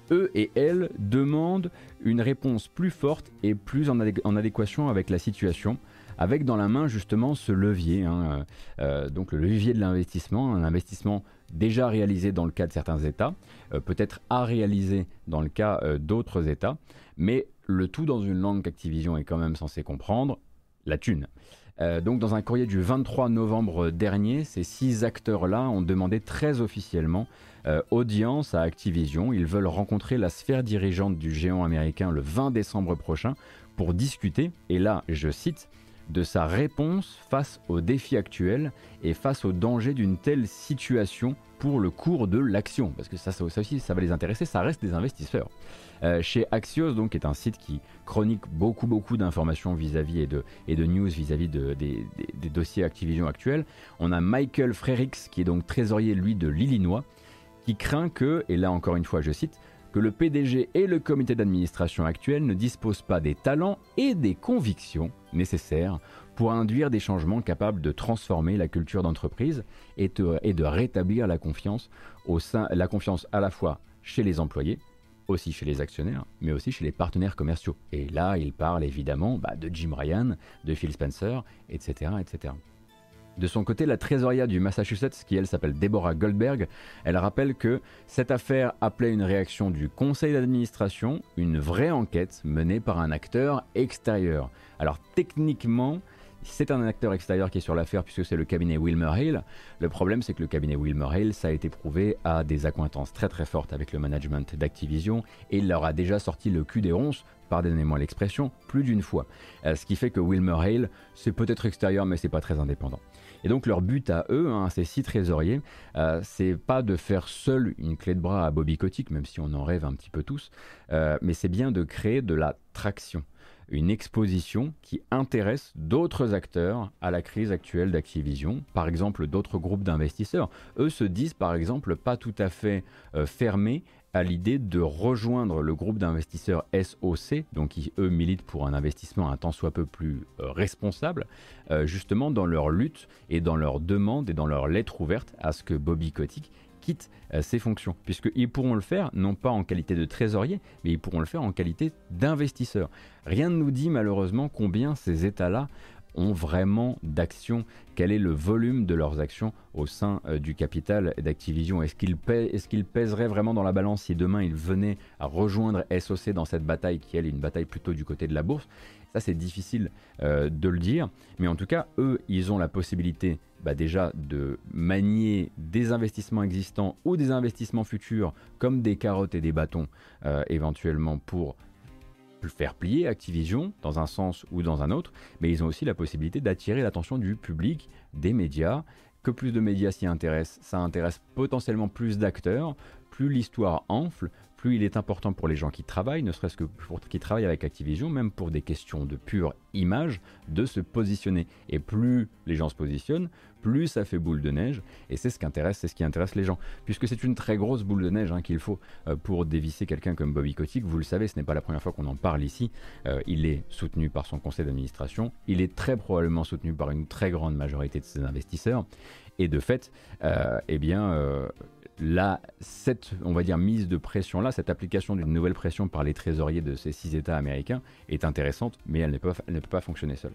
eux et elles demandent une réponse plus forte et plus en, adé en adéquation avec la situation, avec dans la main justement ce levier, hein, euh, donc le levier de l'investissement, un investissement déjà réalisé dans le cas de certains États, euh, peut-être à réaliser dans le cas euh, d'autres États, mais le tout dans une langue qu'Activision est quand même censé comprendre, la thune. Euh, donc dans un courrier du vingt-trois novembre dernier, ces six acteurs-là ont demandé très officiellement euh, audience à Activision. Ils veulent rencontrer la sphère dirigeante du géant américain le vingt décembre prochain pour discuter, et là je cite, de sa réponse face aux défis actuels et face aux dangers d'une telle situation pour le cours de l'action. Parce que ça, ça aussi, ça va les intéresser, ça reste des investisseurs. Euh, chez Axios, donc, qui est un site qui chronique beaucoup, beaucoup d'informations vis-à-vis et de, et de news vis-à-vis de, des, des, des dossiers Activision actuels, on a Michael Frerichs, qui est donc trésorier, lui, de l'Illinois, qui craint que, et là encore une fois je cite, que le P D G et le comité d'administration actuel ne disposent pas des talents et des convictions nécessaires pour induire des changements capables de transformer la culture d'entreprise et de, et de rétablir la confiance, au sein, la confiance à la fois chez les employés, aussi chez les actionnaires, mais aussi chez les partenaires commerciaux. Et là, il parle évidemment bah, de Jim Ryan, de Phil Spencer, et cetera, et cetera. De son côté, la trésorière du Massachusetts, qui elle s'appelle Deborah Goldberg, elle rappelle que cette affaire appelait une réaction du conseil d'administration, une vraie enquête menée par un acteur extérieur. Alors techniquement, c'est un acteur extérieur qui est sur l'affaire puisque c'est le cabinet WilmerHale. Le problème, c'est que le cabinet WilmerHale, ça a été prouvé, a des accointances très très fortes avec le management d'Activision et il leur a déjà sorti le cul des ronces, pardonnez-moi l'expression, plus d'une fois. Euh, ce qui fait que WilmerHale, c'est peut-être extérieur mais c'est pas très indépendant. Et donc leur but à eux, hein, ces six trésoriers, euh, c'est pas de faire seul une clé de bras à Bobby Kotick, même si on en rêve un petit peu tous, euh, mais c'est bien de créer de la traction. Une exposition qui intéresse d'autres acteurs à la crise actuelle d'Activision, par exemple d'autres groupes d'investisseurs. Eux se disent par exemple pas tout à fait euh, fermés à l'idée de rejoindre le groupe d'investisseurs S O C, donc qui eux militent pour un investissement un tant soit peu plus euh, responsable, euh, justement dans leur lutte et dans leur demande et dans leur lettre ouverte à ce que Bobby Kotick quitte euh, ses fonctions, puisqu'ils pourront le faire non pas en qualité de trésorier, mais ils pourront le faire en qualité d'investisseurs. Rien ne nous dit malheureusement combien ces États-là ont vraiment d'actions, quel est le volume de leurs actions au sein euh, du capital d'Activision. Est-ce qu'ils pèsent, est-ce qu'ils pèseraient vraiment dans la balance si demain ils venaient à rejoindre S O C dans cette bataille qui elle est une bataille plutôt du côté de la bourse? Ça c'est difficile euh, de le dire, mais en tout cas eux ils ont la possibilité bah, déjà de manier des investissements existants ou des investissements futurs comme des carottes et des bâtons euh, éventuellement pour faire plier Activision dans un sens ou dans un autre, mais ils ont aussi la possibilité d'attirer l'attention du public, des médias. Que plus de médias s'y intéressent, ça intéresse potentiellement plus d'acteurs, plus l'histoire enfle, plus il est important pour les gens qui travaillent, ne serait-ce que pour qui travaillent avec Activision, même pour des questions de pure image, de se positionner. Et plus les gens se positionnent, plus ça fait boule de neige, et c'est ce qui intéresse, c'est ce qui intéresse les gens. Puisque c'est une très grosse boule de neige hein, qu'il faut euh, pour dévisser quelqu'un comme Bobby Kotick. Vous le savez, ce n'est pas la première fois qu'on en parle ici. Euh, il est soutenu par son conseil d'administration, il est très probablement soutenu par une très grande majorité de ses investisseurs, et de fait, euh, eh bien... Euh, Là, cette, on va dire, mise de pression-là, cette application d'une nouvelle pression par les trésoriers de ces six États américains est intéressante, mais elle ne peut, elle ne peut pas fonctionner seule.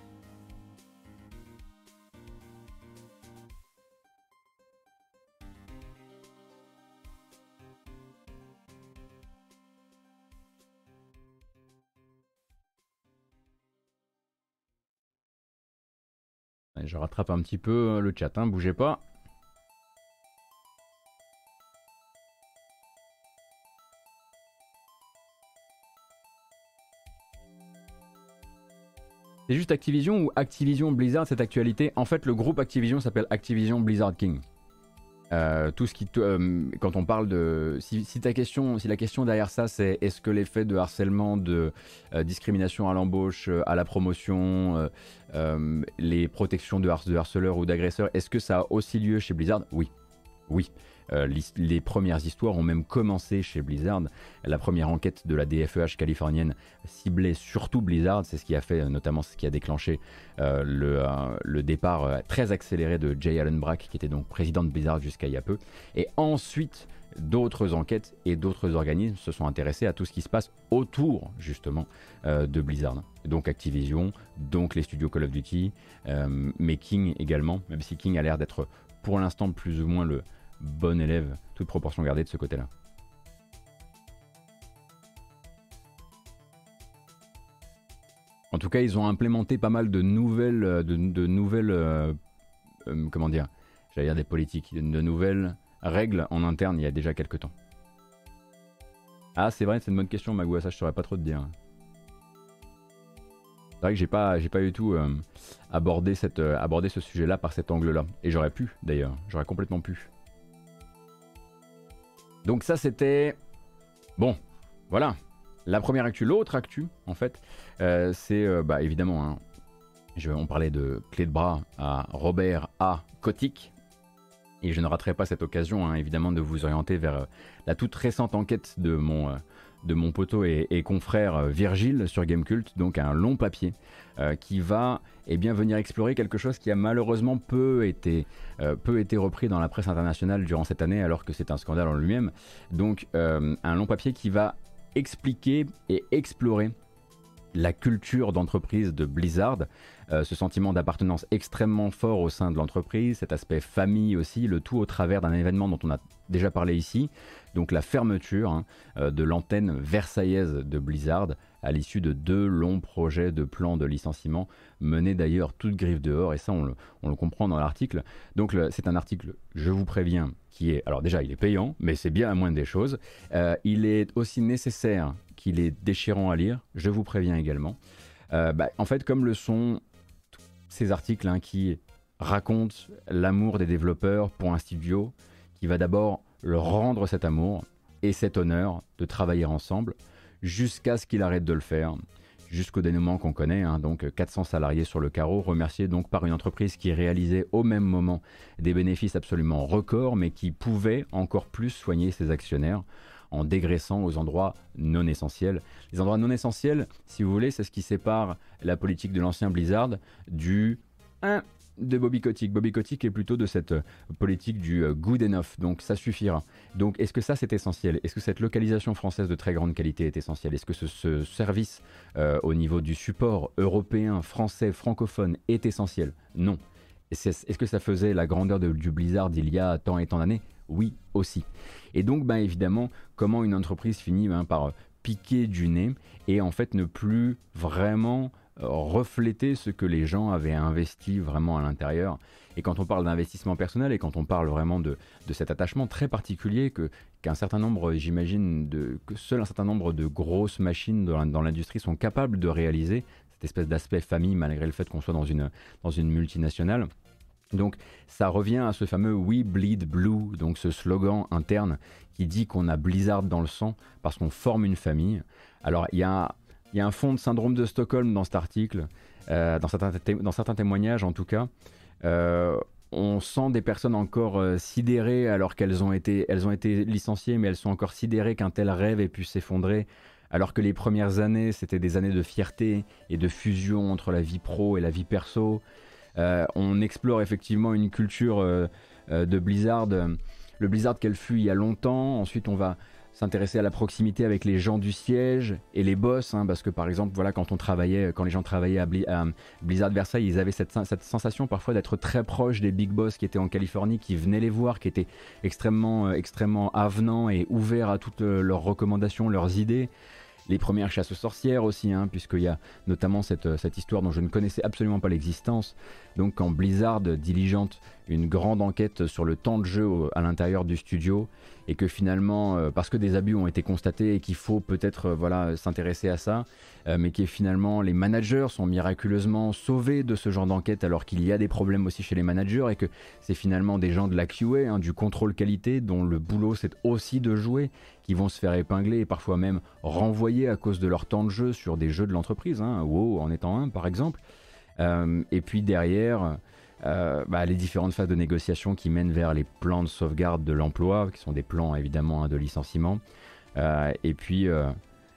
Je rattrape un petit peu le chat, hein, bougez pas. C'est juste Activision ou Activision Blizzard cette actualité? En fait, le groupe Activision s'appelle Activision Blizzard King. Euh, tout ce qui, euh, quand on parle de, si, si ta question, si la question derrière ça, c'est est-ce que les faits de harcèlement, de euh, discrimination à l'embauche, euh, à la promotion, euh, euh, les protections de, har de harceleurs ou d'agresseurs, est-ce que ça a aussi lieu chez Blizzard? Oui. Oui, euh, les premières histoires ont même commencé chez Blizzard. La première enquête de la D F E H californienne ciblait surtout Blizzard. C'est ce qui a fait, notamment ce qui a déclenché euh, le, euh, le départ euh, très accéléré de Jay Allen Brack, qui était donc président de Blizzard jusqu'à il y a peu. Et ensuite, d'autres enquêtes et d'autres organismes se sont intéressés à tout ce qui se passe autour justement euh, de Blizzard. Donc Activision, donc les studios Call of Duty, euh, mais King également, même si King a l'air d'être pour l'instant plus ou moins le bon élève, toute proportion gardée de ce côté-là. En tout cas, ils ont implémenté pas mal de nouvelles, de, de nouvelles, euh, euh, comment dire, j'allais dire des politiques, de, de nouvelles règles en interne il y a déjà quelques temps. Ah, c'est vrai, c'est une bonne question, Magua, ça je saurais pas trop te dire. C'est vrai que j'ai pas, j'ai pas du tout euh, abordé, cette, euh, abordé ce sujet-là par cet angle-là. Et j'aurais pu, d'ailleurs, j'aurais complètement pu. Donc ça, c'était... Bon, voilà. La première actu, l'autre actu, en fait, euh, c'est, euh, bah, évidemment, hein, je, on parlait de clé de bras à Robert A. Kotick. Et je ne raterai pas cette occasion, hein, évidemment, de vous orienter vers euh, la toute récente enquête de mon, euh, de mon poteau et, et confrère euh, Virgile sur Gamekult, donc un long papier euh, qui va eh bien, venir explorer quelque chose qui a malheureusement peu été, euh, peu été repris dans la presse internationale durant cette année, alors que c'est un scandale en lui-même. Donc euh, un long papier qui va expliquer et explorer la culture d'entreprise de Blizzard, euh, ce sentiment d'appartenance extrêmement fort au sein de l'entreprise, cet aspect famille aussi, le tout au travers d'un événement dont on a déjà parlé ici, donc la fermeture hein, euh, de l'antenne versaillaise de Blizzard à l'issue de deux longs projets de plans de licenciement menés d'ailleurs toute griffe dehors, et ça on le, on le comprend dans l'article. Donc le, c'est un article, je vous préviens, qui est, alors déjà il est payant, mais c'est bien la moindre des choses, euh, il est aussi nécessaire qu'il est déchirant à lire, je vous préviens également. Euh, bah, en fait, comme le sont ces articles hein, qui racontent l'amour des développeurs pour un studio, qui va d'abord leur rendre cet amour et cet honneur de travailler ensemble, jusqu'à ce qu'il arrête de le faire, jusqu'au dénouement qu'on connaît, hein, donc quatre cents salariés sur le carreau, remerciés donc par une entreprise qui réalisait au même moment des bénéfices absolument records, mais qui pouvait encore plus soigner ses actionnaires, en dégraissant aux endroits non essentiels. Les endroits non essentiels, si vous voulez, c'est ce qui sépare la politique de l'ancien Blizzard du hein, de Bobby Kotick. Bobby Kotick est plutôt de cette politique du good enough, donc ça suffira. Donc est-ce que ça c'est essentiel? Est-ce que cette localisation française de très grande qualité est essentielle? Est-ce que ce, ce service euh, au niveau du support européen, français, francophone est essentiel? Non. Est-ce que ça faisait la grandeur de, du Blizzard il y a tant et tant d'années? Oui, aussi. Et donc, ben, évidemment, comment une entreprise finit ben, par piquer du nez et en fait ne plus vraiment euh, refléter ce que les gens avaient investi vraiment à l'intérieur. Et quand on parle d'investissement personnel et quand on parle vraiment de, de cet attachement très particulier que, qu'un certain nombre, j'imagine, de, que seul un certain nombre de grosses machines dans, dans l'industrie sont capables de réaliser, cette espèce d'aspect famille malgré le fait qu'on soit dans une, dans une multinationale. Donc ça revient à ce fameux We Bleed Blue, donc ce slogan interne qui dit qu'on a Blizzard dans le sang parce qu'on forme une famille. Alors il y a, y a un fond de syndrome de Stockholm dans cet article, euh, dans, certains té- dans certains témoignages en tout cas. Euh, on sent des personnes encore euh, sidérées alors qu'elles ont été, elles ont été licenciées, mais elles sont encore sidérées qu'un tel rêve ait pu s'effondrer. Alors que les premières années, c'était des années de fierté et de fusion entre la vie pro et la vie perso. Euh, on explore effectivement une culture euh, euh, de Blizzard, euh, le Blizzard qu'elle fut il y a longtemps. Ensuite, on va s'intéresser à la proximité avec les gens du siège et les boss, hein, parce que par exemple, voilà, quand on travaillait, quand les gens travaillaient à, Bli- à Blizzard Versailles, ils avaient cette, cette sensation parfois d'être très proches des big boss qui étaient en Californie, qui venaient les voir, qui étaient extrêmement, euh, extrêmement avenants et ouverts à toutes euh, leurs recommandations, leurs idées. Les premières chasses aux sorcières aussi, hein, puisqu'il y a notamment cette, cette histoire dont je ne connaissais absolument pas l'existence. Donc quand Blizzard diligente une grande enquête sur le temps de jeu au, à l'intérieur du studio, et que finalement, euh, parce que des abus ont été constatés et qu'il faut peut-être euh, voilà, s'intéresser à ça, euh, mais que finalement les managers sont miraculeusement sauvés de ce genre d'enquête alors qu'il y a des problèmes aussi chez les managers et que c'est finalement des gens de la Q A, hein, du contrôle qualité, dont le boulot c'est aussi de jouer, qui vont se faire épingler et parfois même renvoyer à cause de leur temps de jeu sur des jeux de l'entreprise, hein, WoW en étant un par exemple. Euh, et puis derrière, euh, bah, les différentes phases de négociation qui mènent vers les plans de sauvegarde de l'emploi, qui sont des plans évidemment hein, de licenciement, euh, et puis euh,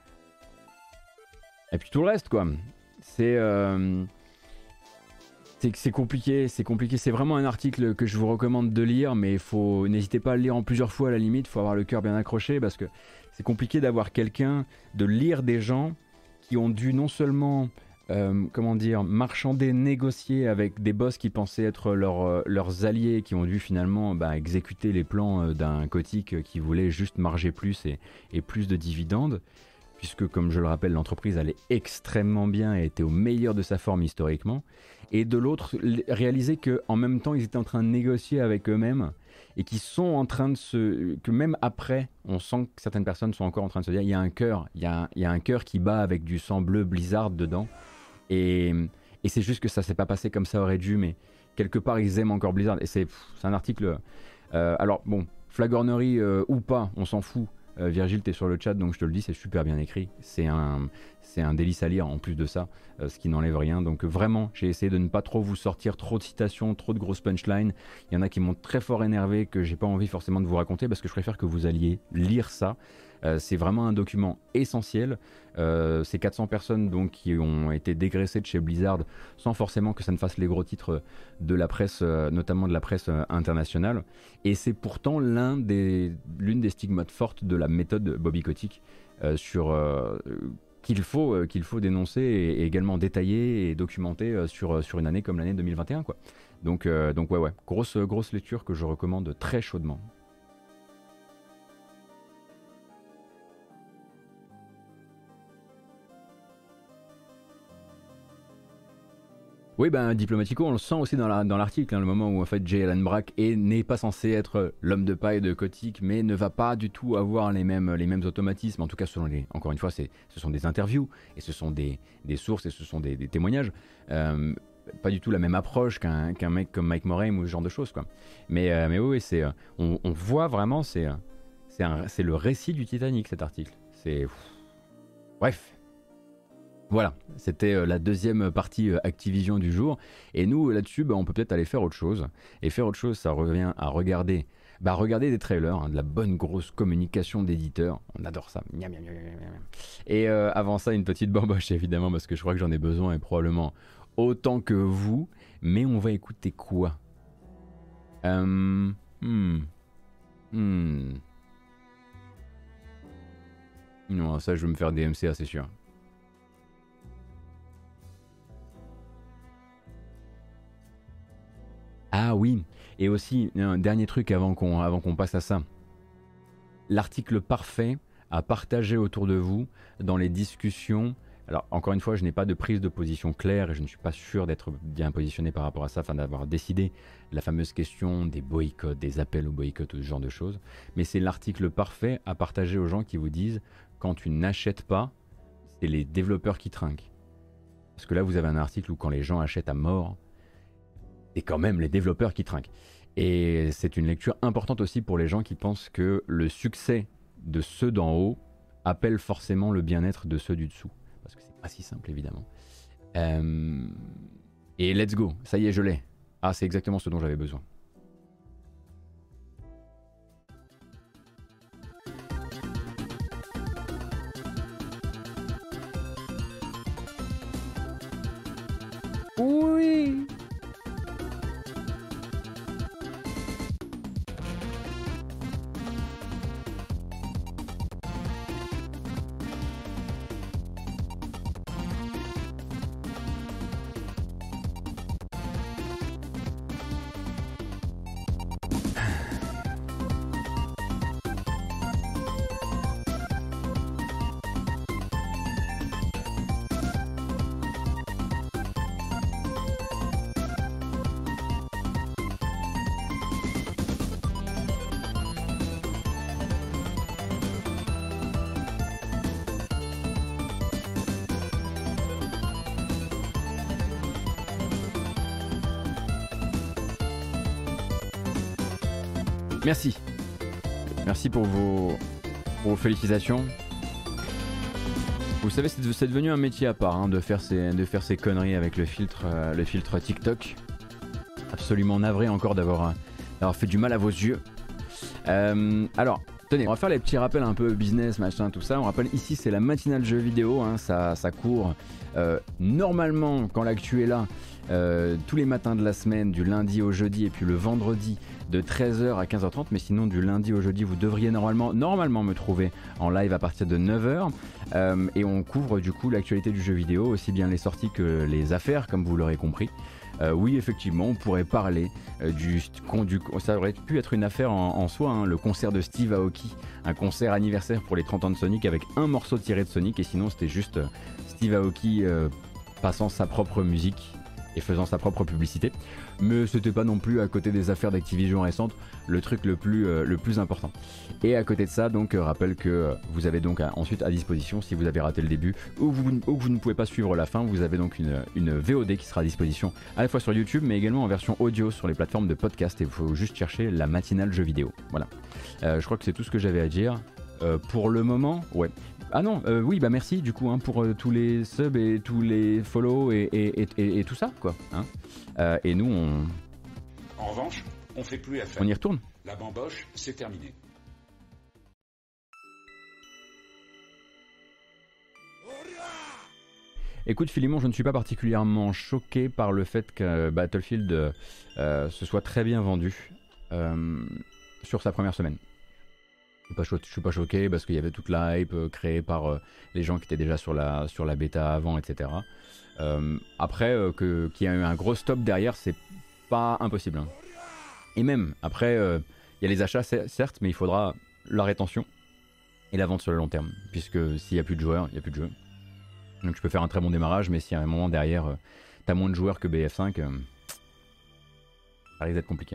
et puis tout le reste quoi. C'est euh, c'est compliqué, c'est compliqué. C'est vraiment un article que je vous recommande de lire, mais il faut n'hésitez pas à le lire en plusieurs fois à la limite. Il faut avoir le cœur bien accroché parce que c'est compliqué d'avoir quelqu'un, de lire des gens qui ont dû non seulement euh, comment dire, marchander, négocier avec des boss qui pensaient être leur, euh, leurs alliés, qui ont dû finalement bah, exécuter les plans euh, d'un Kotick qui voulait juste marger plus et, et plus de dividendes. Puisque, comme je le rappelle, l'entreprise allait extrêmement bien et était au meilleur de sa forme historiquement. Et de l'autre, réaliser qu'en même temps, ils étaient en train de négocier avec eux-mêmes et qu'ils sont en train de se... que même après, on sent que certaines personnes sont encore en train de se dire il y a un cœur, il y a, il y a un cœur qui bat avec du sang bleu Blizzard dedans. Et, et c'est juste que ça s'est pas passé comme ça aurait dû, mais quelque part, ils aiment encore Blizzard. Et c'est un article... Euh, alors, bon, flagornerie euh, ou pas, on s'en fout. Euh, Virgile, t'es sur le chat, donc je te le dis, c'est super bien écrit. C'est un, c'est un délice à lire en plus de ça, euh, ce qui n'enlève rien. Donc vraiment, j'ai essayé de ne pas trop vous sortir trop de citations, trop de grosses punchlines. Il y en a qui m'ont très fort énervé, que j'ai pas envie forcément de vous raconter, parce que je préfère que vous alliez lire ça. Euh, c'est vraiment un document essentiel. Euh, ces quatre cents personnes donc, qui ont été dégraissées de chez Blizzard sans forcément que ça ne fasse les gros titres de la presse, euh, notamment de la presse euh, internationale. Et c'est pourtant l'un des, l'une des stigmates fortes de la méthode Bobby Kotick euh, sur, euh, qu'il, faut, euh, qu'il faut dénoncer et, et également détailler et documenter euh, sur, sur une année comme l'année deux mille vingt et un. Quoi. Donc, euh, donc ouais, ouais, grosse, grosse lecture que je recommande très chaudement. Oui, ben Diplomatico, on le sent aussi dans l'article, la, hein, le moment où en fait Jay Allen Brack n'est pas censé être l'homme de paille de Kotick, mais ne va pas du tout avoir les mêmes, les mêmes automatismes. En tout cas, selon les, encore une fois, ce sont des interviews et ce sont des, des sources et ce sont des, des témoignages. Euh, pas du tout la même approche qu'un qu'un mec comme Mike Morhaime ou ce genre de choses, quoi. Mais, euh, mais oui, c'est, on, on voit vraiment, c'est, c'est le récit du Titanic, cet article. C'est, bref. Voilà, c'était la deuxième partie Activision du jour. Et nous, là-dessus, bah, on peut peut-être aller faire autre chose. Et faire autre chose, ça revient à regarder, bah, regarder des trailers, hein, de la bonne grosse communication d'éditeurs. On adore ça. Miam, miam, miam, miam. Et euh, avant ça, une petite bamboche, évidemment, parce que je crois que j'en ai besoin et probablement autant que vous. Mais on va écouter quoi euh, hmm, hmm. Non, ça, je vais me faire des M C A, c'est sûr. Ah oui, et aussi, un dernier truc avant qu'on avant qu'on passe à ça. L'article parfait à partager autour de vous dans les discussions. Alors, encore une fois, je n'ai pas de prise de position claire et je ne suis pas sûr d'être bien positionné par rapport à ça, enfin d'avoir décidé la fameuse question des boycotts, des appels au boycott ou ce genre de choses. Mais c'est l'article parfait à partager aux gens qui vous disent quand tu n'achètes pas, c'est les développeurs qui trinquent. Parce que là, vous avez un article où quand les gens achètent à mort, c'est quand même les développeurs qui trinquent. Et c'est une lecture importante aussi pour les gens qui pensent que le succès de ceux d'en haut appelle forcément le bien-être de ceux du dessous. Parce que c'est pas si simple, évidemment. Euh... Et let's go, ça y est, je l'ai. Ah, c'est exactement ce dont j'avais besoin. Oui. Merci. Merci pour vos, pour vos félicitations. Vous savez, c'est devenu un métier à part hein, de, faire ces, de faire ces conneries avec le filtre, euh, le filtre TikTok. Absolument navré encore d'avoir d'avoir fait du mal à vos yeux. Euh, alors, tenez, on va faire les petits rappels un peu business, machin, tout ça. On rappelle ici, c'est la matinale jeux vidéo, hein, ça, ça court euh, normalement quand l'actu est là. Euh, tous les matins de la semaine, du lundi au jeudi, et puis le vendredi de treize heures à quinze heures trente, mais sinon du lundi au jeudi vous devriez normalement, normalement me trouver en live à partir de neuf heures, euh, et on couvre du coup l'actualité du jeu vidéo, aussi bien les sorties que les affaires, comme vous l'aurez compris. Euh, oui, effectivement, on pourrait parler euh, du, du... Ça aurait pu être une affaire en, en soi, hein, le concert de Steve Aoki, un concert anniversaire pour les trente ans de Sonic avec un morceau tiré de Sonic, et sinon c'était juste euh, Steve Aoki euh, passant sa propre musique et faisant sa propre publicité. Mais c'était pas non plus à côté des affaires d'Activision récentes le truc le plus, euh, le plus important. Et à côté de ça, donc euh, rappelle que euh, vous avez donc à, ensuite à disposition, si vous avez raté le début ou, vous, ou que vous ne pouvez pas suivre la fin, vous avez donc une, une V O D qui sera à disposition à la fois sur YouTube mais également en version audio sur les plateformes de podcast, et il faut juste chercher la matinale jeux vidéo. Voilà. Euh, je crois que c'est tout ce que j'avais à dire. Euh, pour le moment, ouais. Ah non, euh, oui, bah merci du coup hein, pour euh, tous les subs et tous les follow et, et, et, et, et tout ça, quoi. Hein. Euh, et nous, on... En revanche, on fait plus affaire. On y retourne. La bamboche, c'est terminé. Écoute Philemon, je ne suis pas particulièrement choqué par le fait que Battlefield euh, se soit très bien vendu euh, sur sa première semaine. Je ne suis pas choqué parce qu'il y avait toute la hype euh, créée par euh, les gens qui étaient déjà sur la, sur la bêta avant, et cetera. Euh, après, euh, que, qu'il y a eu un gros stop derrière, c'est pas impossible. Hein. Et même, après, il euh, y a les achats, certes, mais il faudra la rétention et la vente sur le long terme. Puisque s'il n'y a plus de joueurs, il n'y a plus de jeu. Donc tu peux faire un très bon démarrage, mais si à un moment derrière, euh, tu as moins de joueurs que B F cinq, euh, ça risque d'être compliqué.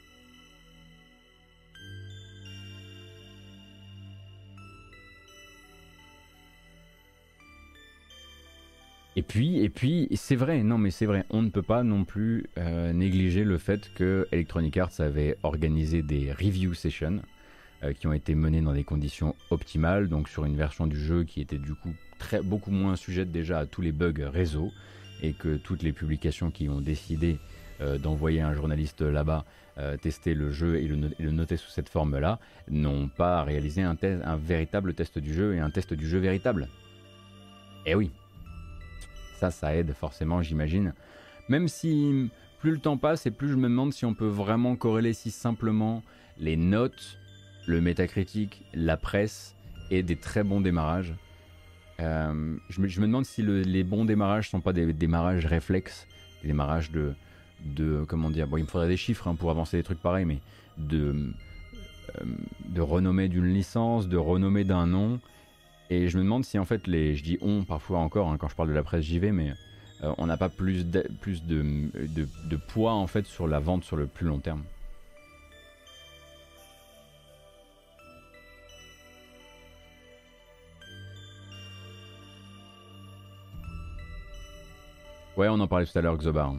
Et puis, et puis, c'est vrai, non mais c'est vrai, on ne peut pas non plus euh, négliger le fait que Electronic Arts avait organisé des review sessions euh, qui ont été menées dans des conditions optimales, donc sur une version du jeu qui était du coup très, beaucoup moins sujette déjà à tous les bugs réseau, et que toutes les publications qui ont décidé euh, d'envoyer un journaliste là-bas euh, tester le jeu et le, no- et le noter sous cette forme-là, n'ont pas réalisé un, test, un véritable test du jeu et un test du jeu véritable. Eh oui. Ça, ça aide forcément, j'imagine. Même si plus le temps passe et plus je me demande si on peut vraiment corréler si simplement les notes, le métacritique, la presse et des très bons démarrages. Euh, je, me, je me demande si le, les bons démarrages sont pas des démarrages réflexes, des démarrages de, de comment dire, bon, il me faudrait des chiffres hein, pour avancer des trucs pareils, mais de, euh, de renommée d'une licence, de renommée d'un nom. Et je me demande si en fait les, je dis on parfois encore hein, quand je parle de la presse J V, mais euh, on n'a pas plus, de, plus de, de, de poids en fait sur la vente sur le plus long terme. Ouais, on en parlait tout à l'heure, Xobar.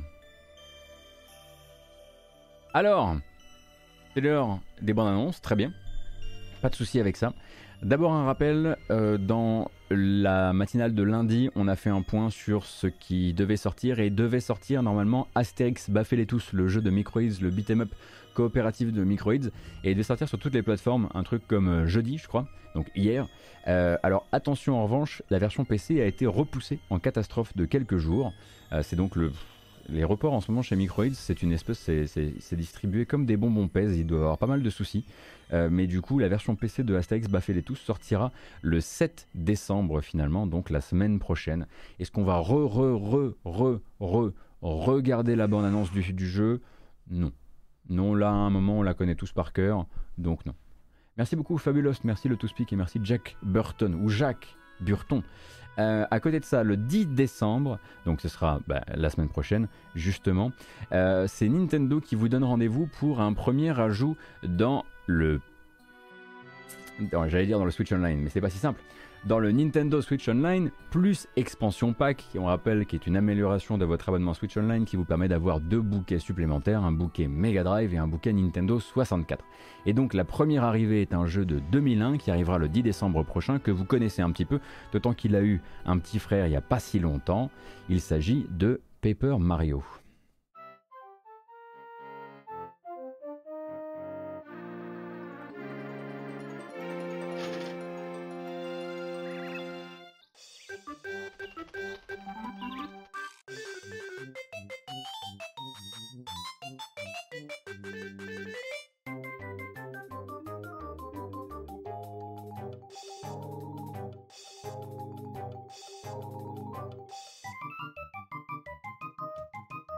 Alors, c'est l'heure des bandes annonces, très bien, pas de souci avec ça. D'abord un rappel, euh, dans la matinale de lundi, on a fait un point sur ce qui devait sortir, et devait sortir normalement Astérix Baffez-les-Tous, le jeu de Microids, le beat'em up coopératif de Microids, et il devait sortir sur toutes les plateformes, un truc comme euh, jeudi je crois, donc hier. Euh, alors attention en revanche, la version P C a été repoussée en catastrophe de quelques jours, euh, c'est donc le... Les reports en ce moment chez Microids, c'est une espèce, c'est, c'est, c'est distribué comme des bonbons pèse, il doit avoir pas mal de soucis. Euh, mais du coup, la version P C de Astérix Baffez-les-Tous sortira le sept décembre finalement, donc la semaine prochaine. Est-ce qu'on va re, re, re, re, re, regarder la bande-annonce du, du jeu? Non. Non, là à un moment, on la connaît tous par cœur, donc non. Merci beaucoup Fabulous, merci le To-Speak et merci Jack Burton, ou Jacques Burton. Euh, à côté de ça, le dix décembre, donc ce sera bah, la semaine prochaine justement, euh, c'est Nintendo qui vous donne rendez-vous pour un premier ajout dans le... dans, j'allais dire dans le Switch Online, mais c'est pas si simple. Dans le Nintendo Switch Online, plus expansion pack, qui on rappelle qui est une amélioration de votre abonnement Switch Online qui vous permet d'avoir deux bouquets supplémentaires, un bouquet Mega Drive et un bouquet Nintendo soixante-quatre. Et donc la première arrivée est un jeu de deux mille un qui arrivera le dix décembre prochain, que vous connaissez un petit peu, d'autant qu'il a eu un petit frère il n'y a pas si longtemps. Il s'agit de Paper Mario.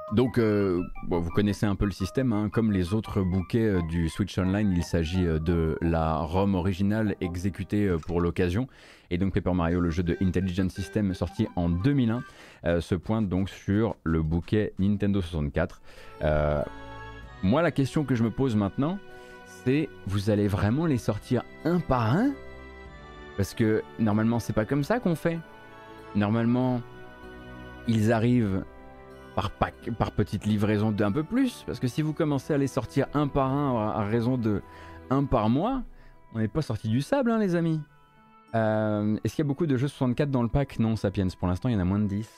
Donc, euh, bon, vous connaissez un peu le système, hein. Comme les autres bouquets euh, du Switch Online, il s'agit euh, de la ROM originale exécutée euh, pour l'occasion. Et donc Paper Mario, le jeu de Intelligent System sorti en deux mille un, euh, se pointe donc sur le bouquet Nintendo soixante-quatre. Euh, moi, la question que je me pose maintenant, c'est vous allez vraiment les sortir un par un? Parce que normalement, c'est pas comme ça qu'on fait. Normalement, ils arrivent par, pack, par petite livraison d'un peu plus, parce que si vous commencez à les sortir un par un à raison de un par mois, on n'est pas sorti du sable, hein, les amis. Euh, Est-ce qu'il y a beaucoup de jeux soixante-quatre dans le pack? Non, Sapiens, pour l'instant il y en a moins de dix.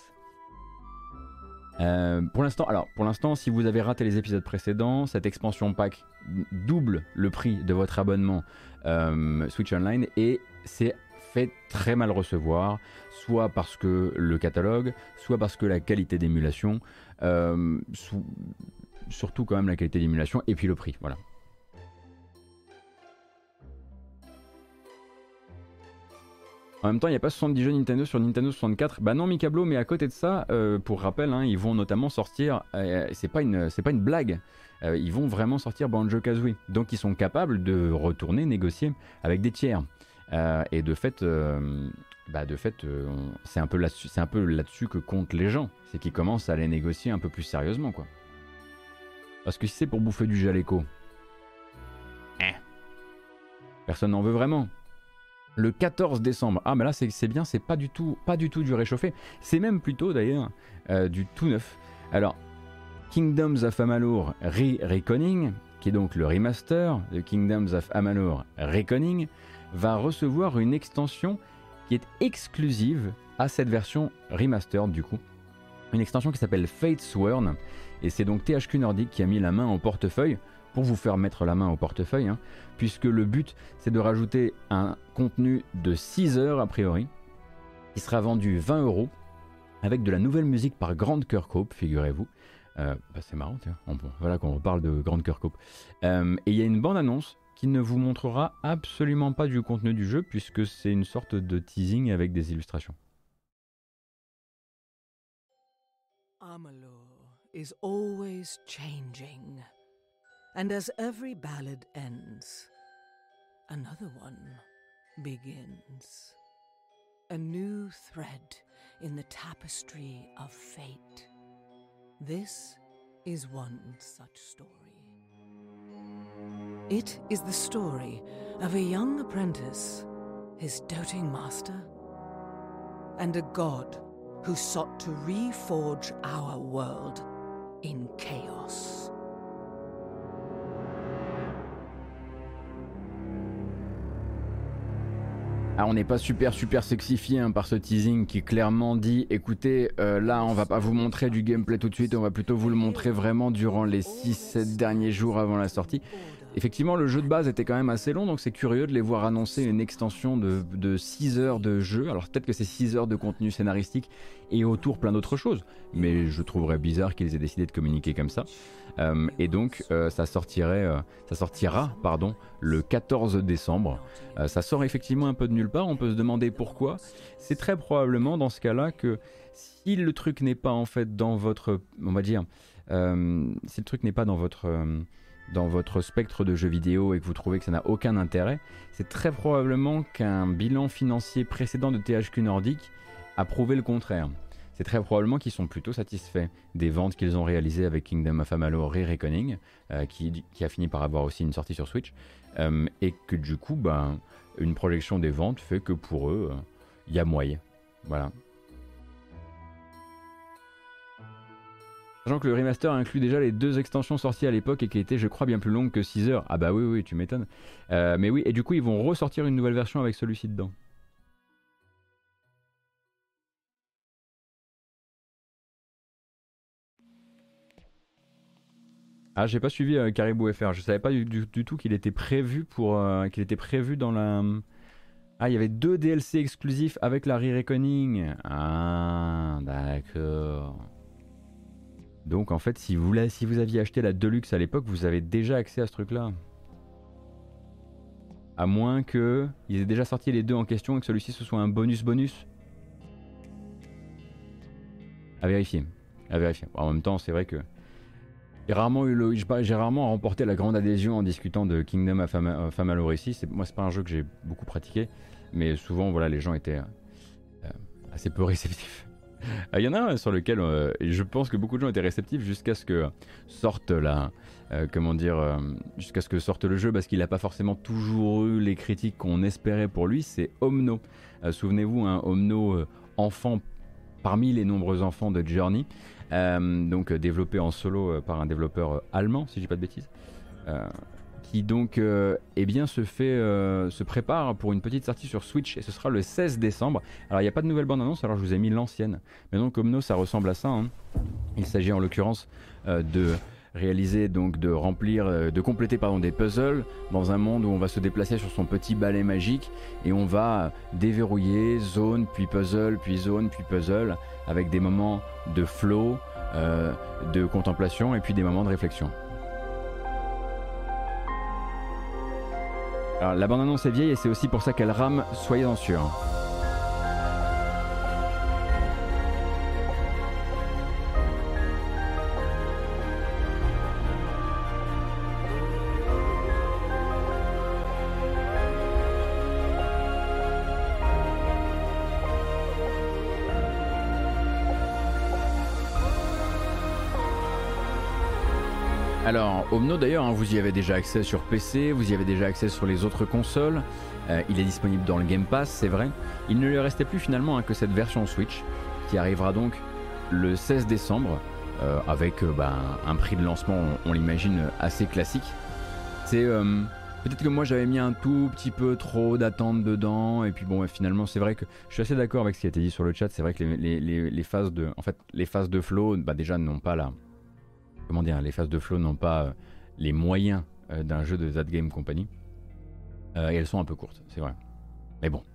Euh, pour l'instant, alors pour l'instant, si vous avez raté les épisodes précédents, cette expansion pack double le prix de votre abonnement euh, Switch Online et c'est fait très mal recevoir, soit parce que le catalogue, soit parce que la qualité d'émulation, euh, sous, surtout quand même la qualité d'émulation et puis le prix, voilà. En même temps, il n'y a pas soixante-dix jeux Nintendo sur Nintendo soixante-quatre. Bah non, Mikablo, mais à côté de ça, euh, pour rappel, hein, ils vont notamment sortir, euh, c'est pas une, c'est pas une blague, euh, ils vont vraiment sortir Banjo-Kazooie. Donc ils sont capables de retourner négocier avec des tiers. Euh, et de fait, euh, bah de fait euh, on, c'est un peu là-dessus, c'est un peu là-dessus que comptent les gens. C'est qu'ils commencent à les négocier un peu plus sérieusement, quoi. Parce que si c'est pour bouffer du Jaleco, hein, personne n'en veut vraiment. Le quatorze décembre, ah mais là c'est bien, c'est pas du tout, pas du tout du réchauffé, c'est même plutôt d'ailleurs euh, du tout neuf. Alors, Kingdoms of Amalur Re-Reckoning, qui est donc le remaster de Kingdoms of Amalur Reckoning, va recevoir une extension qui est exclusive à cette version remastered du coup. Une extension qui s'appelle Fatesworn, et c'est donc T H Q Nordic qui a mis la main au portefeuille, pour vous faire mettre la main au portefeuille, hein, puisque le but c'est de rajouter un contenu de six heures a priori, qui sera vendu vingt euros, avec de la nouvelle musique par Grant Kirkhope, figurez-vous. Euh, bah c'est marrant, tiens. On, voilà qu'on reparle de Grant Kirkhope. Euh, et il y a une bande-annonce qui ne vous montrera absolument pas du contenu du jeu, puisque c'est une sorte de teasing avec des illustrations. Amalur is always changing. And as every ballad ends, another one begins. A new thread in the tapestry of fate. This is one such story. It is the story of a young apprentice, his doting master, and a god who sought to reforge our world in chaos. Ah, on n'est pas super super sexifié hein, par ce teasing qui clairement dit écoutez euh, là on va pas vous montrer du gameplay tout de suite, on va plutôt vous le montrer vraiment durant les six sept derniers jours avant la sortie. Effectivement le jeu de base était quand même assez long, donc c'est curieux de les voir annoncer une extension de, de six heures de jeu. Alors peut-être que c'est six heures de contenu scénaristique et autour plein d'autres choses, mais je trouverais bizarre qu'ils aient décidé de communiquer comme ça. Euh, et donc euh, ça, sortirait, euh, ça sortira pardon, le quatorze décembre. Euh, ça sort effectivement un peu de nulle part, on peut se demander pourquoi. C'est très probablement dans ce cas-là que si le truc n'est pas en fait dans votre, on va dire, euh, si le truc n'est pas dans votre... Euh, dans votre spectre de jeux vidéo et que vous trouvez que ça n'a aucun intérêt, c'est très probablement qu'un bilan financier précédent de T H Q Nordic a prouvé le contraire. C'est très probablement qu'ils sont plutôt satisfaits des ventes qu'ils ont réalisées avec Kingdom of Amalur Re-Reckoning, euh, qui, qui a fini par avoir aussi une sortie sur Switch, euh, et que du coup, ben, une projection des ventes fait que pour eux, il euh, y a moyen. Voilà. Sachant que le remaster inclut déjà les deux extensions sorties à l'époque et qui étaient, je crois, bien plus longues que six heures. Ah bah oui, oui, tu m'étonnes. Euh, mais oui, et du coup, ils vont ressortir une nouvelle version avec celui-ci dedans. Ah, j'ai pas suivi euh, Caribou F R. Je savais pas du, du, du tout qu'il était prévu pour, euh, qu'il était prévu dans la. Ah, il y avait deux D L C exclusifs avec la Re-Reckoning. Ah, d'accord. Donc en fait, si vous, si vous aviez acheté la Deluxe à l'époque, vous avez déjà accès à ce truc-là. À moins que ils aient déjà sorti les deux en question et que celui-ci ce soit un bonus bonus. À vérifier. à vérifier. En même temps, c'est vrai que j'ai rarement, eu le, j'ai rarement remporté la grande adhésion en discutant de Kingdom of Amalur ici. Moi, c'est pas un jeu que j'ai beaucoup pratiqué, mais souvent, voilà, les gens étaient euh, assez peu réceptifs. Il y en a un sur lequel euh, je pense que beaucoup de gens étaient réceptifs jusqu'à ce que sorte la, euh, comment dire, euh, jusqu'à ce que sorte le jeu, parce qu'il n'a pas forcément toujours eu les critiques qu'on espérait pour lui. C'est Omno. Euh, souvenez-vous, un hein, Omno euh, enfant parmi les nombreux enfants de Journey, euh, donc euh, développé en solo euh, par un développeur euh, allemand, si je dis pas de bêtises. Euh, qui donc euh, eh bien, se, fait, euh, se prépare pour une petite sortie sur Switch, et ce sera le seize décembre. Alors il n'y a pas de nouvelle bande-annonce, alors je vous ai mis l'ancienne. Mais donc Omno, ça ressemble à ça. Hein. Il s'agit en l'occurrence euh, de réaliser, donc de remplir, euh, de compléter pardon, des puzzles dans un monde où on va se déplacer sur son petit balai magique et on va déverrouiller zone, puis puzzle, puis zone, puis puzzle, avec des moments de flow, euh, de contemplation et puis des moments de réflexion. Alors la bande-annonce est vieille et c'est aussi pour ça qu'elle rame, soyez-en sûrs. Alors, Omno d'ailleurs, hein, vous y avez déjà accès sur P C, vous y avez déjà accès sur les autres consoles, euh, il est disponible dans le Game Pass, c'est vrai. Il ne lui restait plus finalement hein, que cette version Switch, qui arrivera donc le seize décembre, euh, avec euh, bah, un prix de lancement, on, on l'imagine, assez classique. C'est euh, peut-être que moi j'avais mis un tout petit peu trop d'attente dedans, et puis bon, ouais, finalement c'est vrai que je suis assez d'accord avec ce qui a été dit sur le chat, c'est vrai que les, les, les, les phases de, en fait, les phases de flow, bah, déjà n'ont pas la... Comment dire, les phases de flow n'ont pas euh, les moyens euh, d'un jeu de That Game Company. Euh, et elles sont un peu courtes, c'est vrai. Mais bon.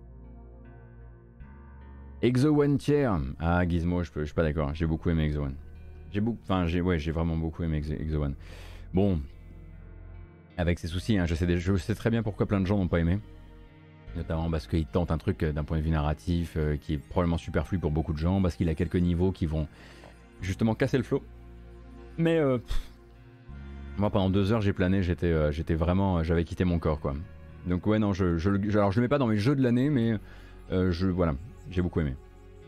Exo One Tier. Ah, Gizmo, je, peux, je suis pas d'accord. J'ai beaucoup aimé Exo One. J'ai beaucoup, enfin, j'ai, ouais, j'ai vraiment beaucoup aimé Exo, Exo One. Bon. Avec ses soucis, hein, je, sais, je sais très bien pourquoi plein de gens n'ont pas aimé. Notamment parce qu'il tente un truc d'un point de vue narratif euh, qui est probablement superflu pour beaucoup de gens. Parce qu'il a quelques niveaux qui vont justement casser le flow. Mais euh, pff, moi pendant deux heures j'ai plané, j'étais, euh, j'étais vraiment, j'avais quitté mon corps quoi. Donc ouais non, je, je, je, alors je le mets pas dans mes jeux de l'année, mais euh, je, voilà, j'ai beaucoup aimé.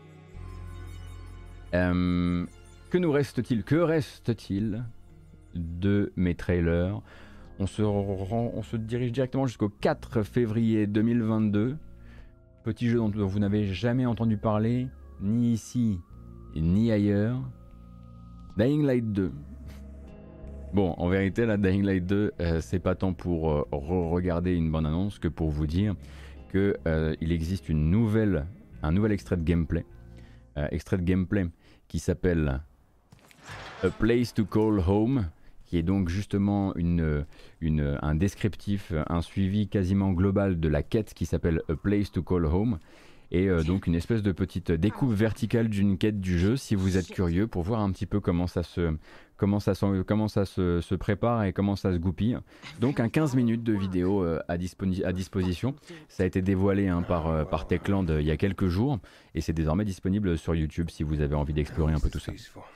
Euh, que nous reste-t-il Que reste-t-il de mes trailers? On se, rend, on se dirige directement jusqu'au quatre février deux mille vingt-deux. Petit jeu dont vous n'avez jamais entendu parler, ni ici, ni ailleurs. Dying Light deux. Bon, en vérité, la Dying Light deux, euh, c'est pas tant pour euh, re-regarder une bonne annonce que pour vous dire que euh, il existe une nouvelle, un nouvel extrait de gameplay, euh, extrait de gameplay qui s'appelle A Place to Call Home, qui est donc justement une, une, un descriptif, un suivi quasiment global de la quête qui s'appelle A Place to Call Home. Et euh, donc une espèce de petite découpe verticale d'une quête du jeu, si vous êtes curieux, pour voir un petit peu comment ça se, comment ça se, comment ça se, se prépare et comment ça se goupille. Donc un quinze minutes de vidéo euh, à, dispo- à disposition. Ça a été dévoilé hein, par, euh, par Techland euh, il y a quelques jours, et c'est désormais disponible sur YouTube si vous avez envie d'explorer un peu tout ça.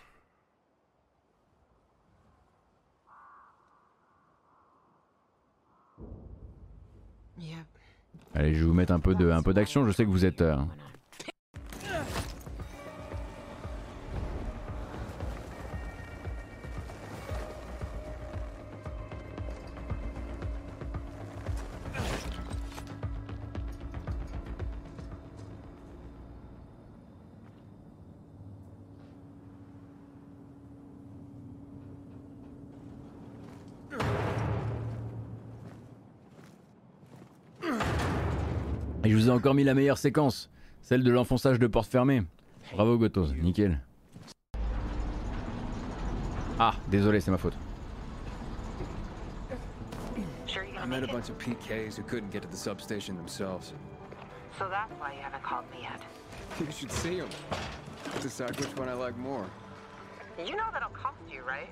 Allez, je vais vous mettre un peu de, un peu d'action, je sais que vous êtes... Euh... Et je vous ai encore mis la meilleure séquence, celle de l'enfonçage de porte fermée. Bravo Gotos, nickel. Ah, désolé, c'est ma faute. I met a bunch of P Ks who couldn't get to the substation themselves. So that's why you haven't called me yet. You should see them. Decide which one I like more. You know that'll cost you, right?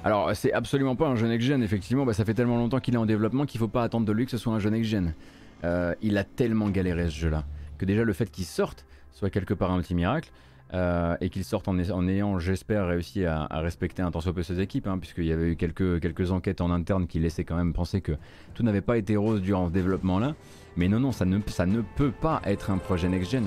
Alors c'est absolument pas un jeu next-gen, effectivement, bah, ça fait tellement longtemps qu'il est en développement qu'il faut pas attendre de lui que ce soit un jeu next-gen. Euh, il a tellement galéré ce jeu-là, que déjà le fait qu'il sorte soit quelque part un petit miracle, euh, et qu'il sorte en, en ayant, j'espère, réussi à, à respecter un tant soit peu ses équipes, hein, puisqu'il y avait eu quelques, quelques enquêtes en interne qui laissaient quand même penser que tout n'avait pas été rose durant ce développement-là. Mais non, non, ça ne, ça ne peut pas être un projet next-gen.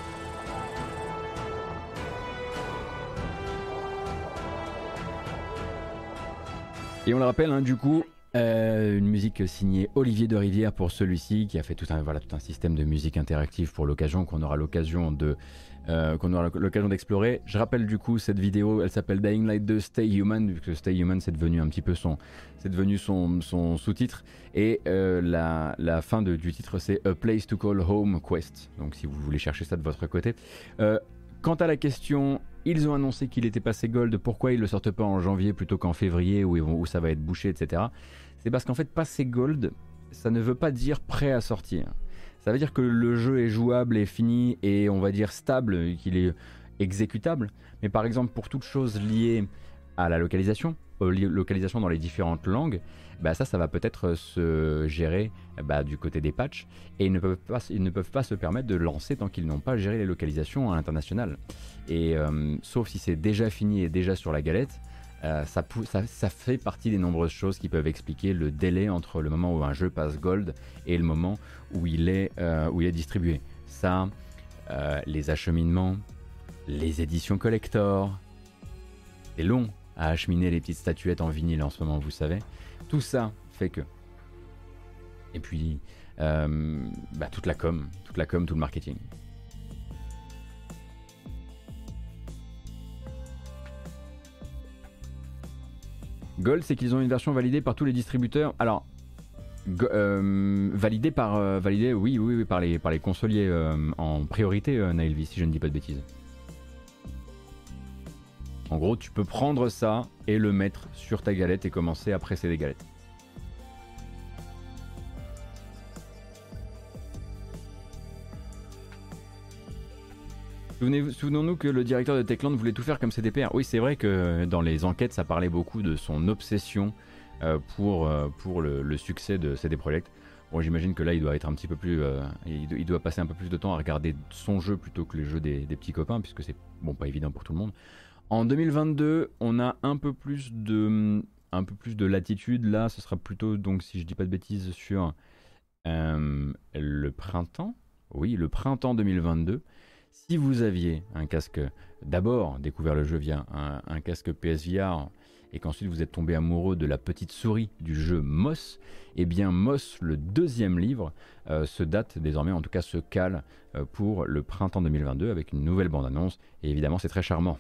Et on le rappelle, hein, du coup, euh, une musique signée Olivier de Rivière pour celui-ci, qui a fait tout un, voilà, tout un système de musique interactive pour l'occasion, qu'on aura l'occasion de, euh, qu'on aura l'occasion d'explorer. Je rappelle du coup cette vidéo, elle s'appelle Dying Light deux Stay Human, vu que Stay Human c'est devenu un petit peu son, c'est devenu son, son sous-titre. Et euh, la, la fin de, du titre c'est A Place to Call Home Quest. Donc si vous voulez chercher ça de votre côté. Euh, Quant à la question, ils ont annoncé qu'il était passé gold, pourquoi ils ne le sortent pas en janvier plutôt qu'en février où, ils vont, où ça va être bouché, et cetera. C'est parce qu'en fait, passé gold, ça ne veut pas dire prêt à sortir. Ça veut dire que le jeu est jouable, est fini et on va dire stable, qu'il est exécutable. Mais par exemple, pour toute chose liée à la localisation, aux localisations dans les différentes langues, bah ça, ça va peut-être se gérer bah, du côté des patchs et ils ne, peuvent pas, ils ne peuvent pas se permettre de lancer tant qu'ils n'ont pas géré les localisations à l'international. Et euh, sauf si c'est déjà fini et déjà sur la galette, euh, ça, ça, ça fait partie des nombreuses choses qui peuvent expliquer le délai entre le moment où un jeu passe gold et le moment où il est, euh, où il est distribué. Ça, euh, les acheminements, les éditions collector, c'est long à acheminer les petites statuettes en vinyle en ce moment, vous savez. Tout ça fait que. Et puis, euh, bah, toute la com, toute la com, tout le marketing. Gold, c'est qu'ils ont une version validée par tous les distributeurs. Alors, euh, validée par, euh, validée, oui, oui, oui, par les, par les consoliers euh, en priorité, euh, Nailvi, si je ne dis pas de bêtises. En gros, tu peux prendre ça et le mettre sur ta galette et commencer à presser des galettes. Souvenons-nous que le directeur de Techland voulait tout faire comme C D P R. Oui, c'est vrai que dans les enquêtes, ça parlait beaucoup de son obsession euh, pour, euh, pour le, le succès de C D Projekt. Bon, j'imagine que là, il doit être un petit peu plus, euh, il, il doit passer un peu plus de temps à regarder son jeu plutôt que les jeux des, des petits copains, puisque c'est bon, pas évident pour tout le monde. En deux mille vingt-deux, on a un peu plus de, un peu plus de latitude. Là, ce sera plutôt, donc, si je dis pas de bêtises, sur euh, le printemps. Oui, le printemps deux mille vingt-deux. Si vous aviez un casque, d'abord découvert le jeu via un, un casque P S V R, et qu'ensuite vous êtes tombé amoureux de la petite souris du jeu Moss, eh bien Moss, le deuxième livre, euh, se date désormais, en tout cas se cale euh, pour le printemps deux mille vingt-deux avec une nouvelle bande-annonce. Et évidemment, c'est très charmant.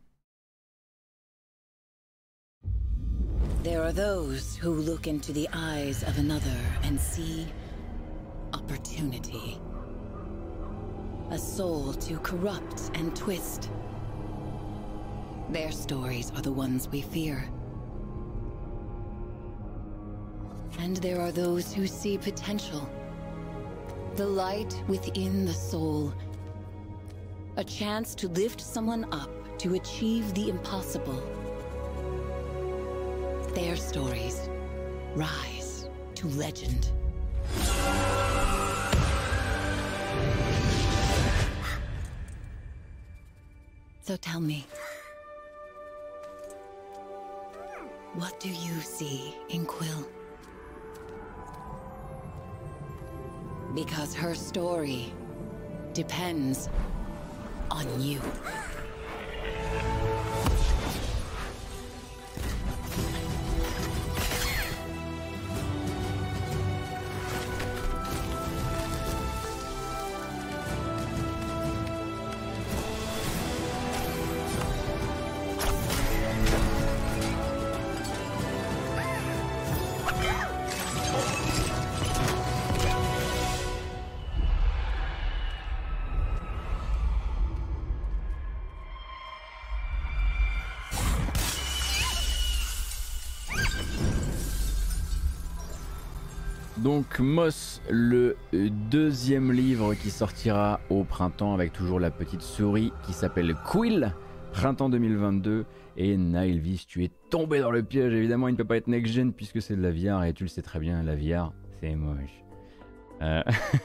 There are those who look into the eyes of another and see opportunity. A soul to corrupt and twist. Their stories are the ones we fear. And there are those who see potential. The light within the soul. A chance to lift someone up to achieve the impossible. Their stories rise to legend. So tell me, what do you see in Quill? Because her story depends on you. Donc Moss, le deuxième livre qui sortira au printemps avec toujours la petite souris qui s'appelle Quill. printemps deux mille vingt-deux. Et Nailvis, tu es tombé dans le piège. Évidemment, il ne peut pas être next-gen puisque c'est de la V R et tu le sais très bien, la V R, c'est moche. Euh...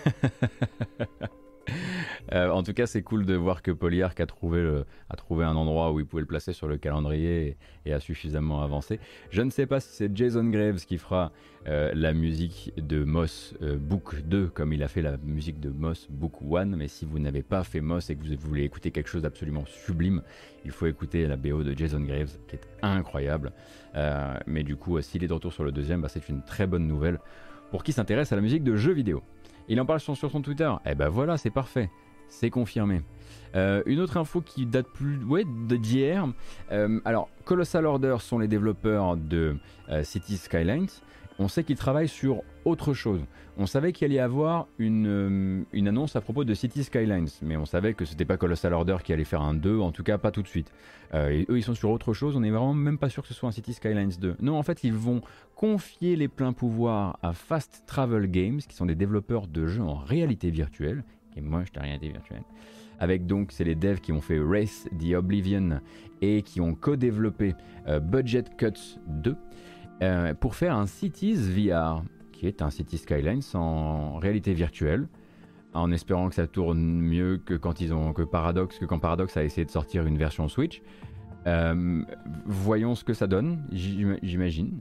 euh, en tout cas, c'est cool de voir que Polyarch a trouvé, le, a trouvé un endroit où il pouvait le placer sur le calendrier et, et a suffisamment avancé. Je ne sais pas si c'est Jason Graves qui fera euh, la musique de Moss euh, Book deux, comme il a fait la musique de Moss Book un, mais si vous n'avez pas fait Moss et que vous voulez écouter quelque chose d'absolument sublime, il faut écouter la B O de Jason Graves, qui est incroyable. Euh, mais du coup, s'il est de retour sur le deuxième, bah, c'est une très bonne nouvelle pour qui s'intéresse à la musique de jeux vidéo. Il en parle sur, sur son Twitter. Eh ben voilà, c'est parfait, c'est confirmé. Euh, une autre info qui date plus, ouais, d'hier. Euh, alors, Colossal Order sont les développeurs de euh, Cities Skylines. On sait qu'ils travaillent sur autre chose. On savait qu'il allait y avoir une, euh, une annonce à propos de Cities Skylines, mais on savait que c'était pas Colossal Order qui allait faire un deux, en tout cas pas tout de suite. Euh, et eux ils sont sur autre chose, on est vraiment même pas sûr que ce soit un Cities Skylines deux. Non, en fait ils vont confier les pleins pouvoirs à Fast Travel Games, qui sont des développeurs de jeux en réalité virtuelle, et moi je t'ai réalité virtuelle. Avec donc, c'est les devs qui ont fait Wraith the Oblivion et qui ont co-développé euh, Budget Cuts deux. Euh, pour faire un Cities V R, qui est un Cities Skylines en réalité virtuelle, en espérant que ça tourne mieux que quand ils ont que Paradox, que quand Paradox a essayé de sortir une version Switch. Euh, voyons ce que ça donne, j'imagine.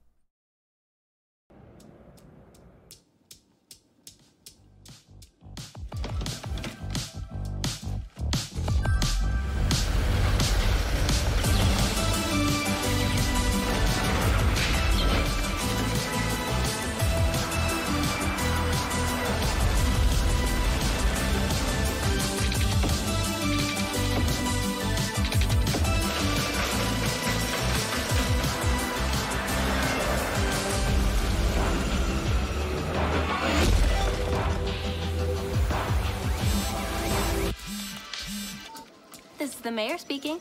The mayor speaking.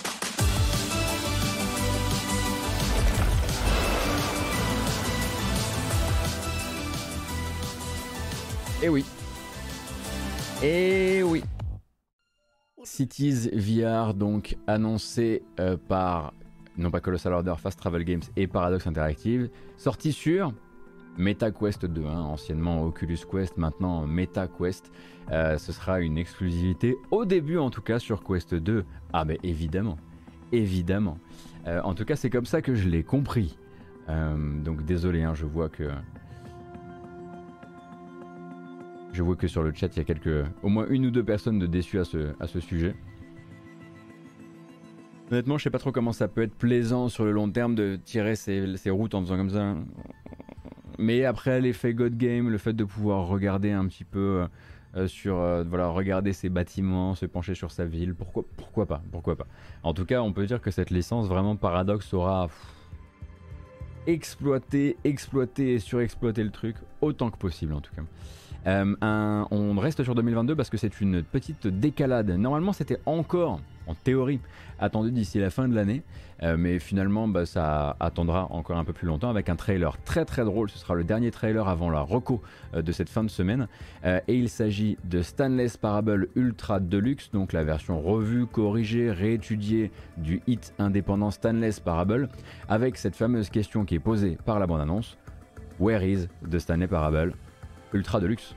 Eh oui. Eh oui. Cities V R donc annoncé euh, par non pas Colossal Order, Fast Travel Games et Paradox Interactive, sorti sur MetaQuest deux, hein, anciennement Oculus Quest, maintenant MetaQuest. Euh, ce sera une exclusivité au début en tout cas sur Quest deux. Ah mais évidemment, évidemment. Euh, en tout cas c'est comme ça que je l'ai compris. Euh, donc désolé, hein, je vois que je vois que sur le chat il y a quelques, au moins une ou deux personnes de déçues à ce, à ce sujet. Honnêtement je sais pas trop comment ça peut être plaisant sur le long terme de tirer ses, ses routes en faisant comme ça. Mais après l'effet God Game, le fait de pouvoir regarder un petit peu euh, sur, euh, voilà, regarder ses bâtiments, se pencher sur sa ville, pourquoi, pourquoi pas, pourquoi pas. En tout cas, on peut dire que cette licence, vraiment Paradox aura pff, exploité, exploité et surexploité le truc autant que possible en tout cas. Euh, un, on reste sur deux mille vingt-deux parce que c'est une petite décalade. Normalement, c'était encore, en théorie, attendu d'ici la fin de l'année, euh, mais finalement, bah, ça attendra encore un peu plus longtemps avec un trailer très très drôle. Ce sera le dernier trailer avant la reco euh, de cette fin de semaine, euh, et il s'agit de Stanley's Parable Ultra Deluxe, donc la version revue, corrigée, réétudiée du hit indépendant Stanley's Parable, avec cette fameuse question qui est posée par la bande-annonce: Where is the Stanley Parable Ultra Deluxe?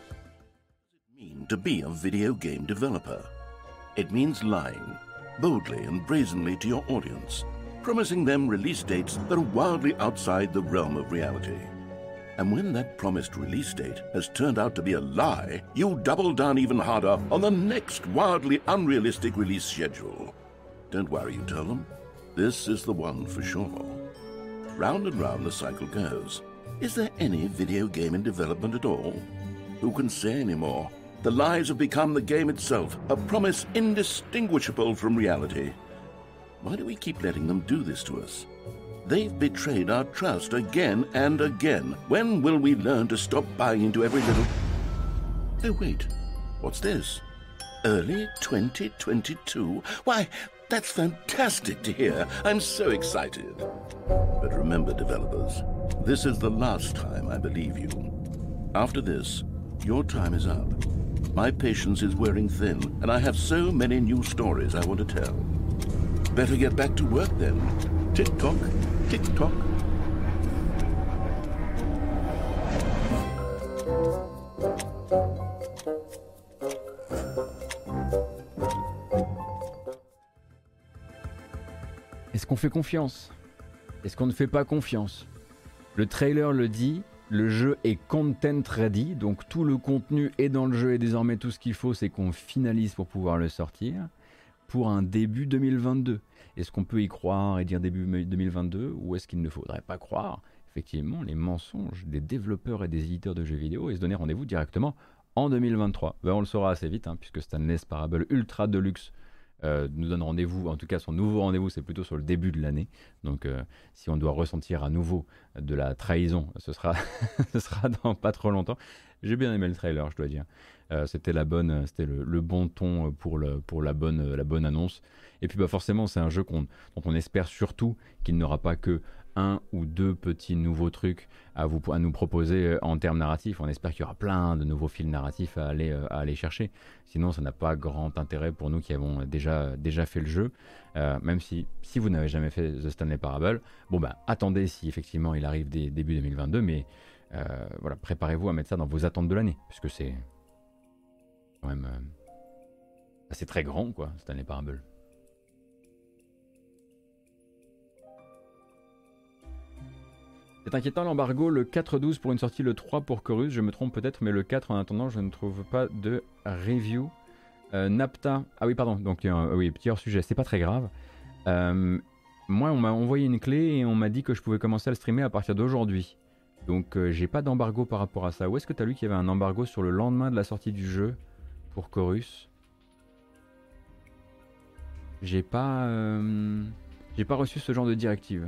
To be a video game developer. It means lying, boldly and brazenly to your audience, promising them release dates that are wildly outside the realm of reality. And when that promised release date has turned out to be a lie, you double down even harder on the next wildly unrealistic release schedule. Don't worry, you tell them. This is the one for sure. Round and round the cycle goes. Is there any video game in development at all? Who can say anymore? The lies have become the game itself, a promise indistinguishable from reality. Why do we keep letting them do this to us? They've betrayed our trust again and again. When will we learn to stop buying into every little... Oh, wait. What's this? Early twenty twenty-two? Why, that's fantastic to hear. I'm so excited. But remember, developers, this is the last time I believe you. After this, your time is up. My patience is wearing thin, and I have so many new stories I want to tell. better get back to work then. Tick-tock, tick-tock. Est-ce qu'on fait confiance? Est-ce qu'on ne fait pas confiance? Le trailer le dit, le jeu est content ready, donc tout le contenu est dans le jeu et désormais tout ce qu'il faut c'est qu'on finalise pour pouvoir le sortir pour un début deux mille vingt-deux. Est-ce qu'on peut y croire et dire début deux mille vingt-deux ou est-ce qu'il ne faudrait pas croire effectivement les mensonges des développeurs et des éditeurs de jeux vidéo et se donner rendez-vous directement en deux mille vingt-trois? Ben, on le saura assez vite hein, puisque Stanley's Parable Ultra Deluxe Euh, nous donne rendez-vous, en tout cas son nouveau rendez-vous c'est plutôt sur le début de l'année, donc euh, si on doit ressentir à nouveau de la trahison ce sera, ce sera dans pas trop longtemps. J'ai bien aimé le trailer je dois dire, euh, c'était, la bonne, c'était le, le bon ton pour, le, pour la, bonne, la bonne annonce et puis bah, forcément c'est un jeu qu'on, dont on espère surtout qu'il n'aura pas que un ou deux petits nouveaux trucs à, vous, à nous proposer en termes narratifs. On espère qu'il y aura plein de nouveaux fils narratifs à aller, à aller chercher. Sinon, ça n'a pas grand intérêt pour nous qui avons déjà, déjà fait le jeu. Euh, même si, si vous n'avez jamais fait The Stanley Parable, bon bah attendez si effectivement il arrive dès début deux mille vingt-deux, mais euh, voilà, préparez-vous à mettre ça dans vos attentes de l'année, puisque c'est quand même euh, assez très grand, quoi, Stanley Parable. C'est inquiétant l'embargo, le quatre douze pour une sortie, le trois pour Chorus, je me trompe peut-être, mais le quatre en attendant, je ne trouve pas de review. Euh, Napta, ah oui pardon, donc euh, oui, petit hors sujet, c'est pas très grave. Euh, moi on m'a envoyé une clé et on m'a dit que je pouvais commencer à le streamer à partir d'aujourd'hui. Donc euh, j'ai pas d'embargo par rapport à ça. Où est-ce que tu as lu qu'il y avait un embargo sur le lendemain de la sortie du jeu pour Chorus? J'ai pas, euh, j'ai pas reçu ce genre de directive.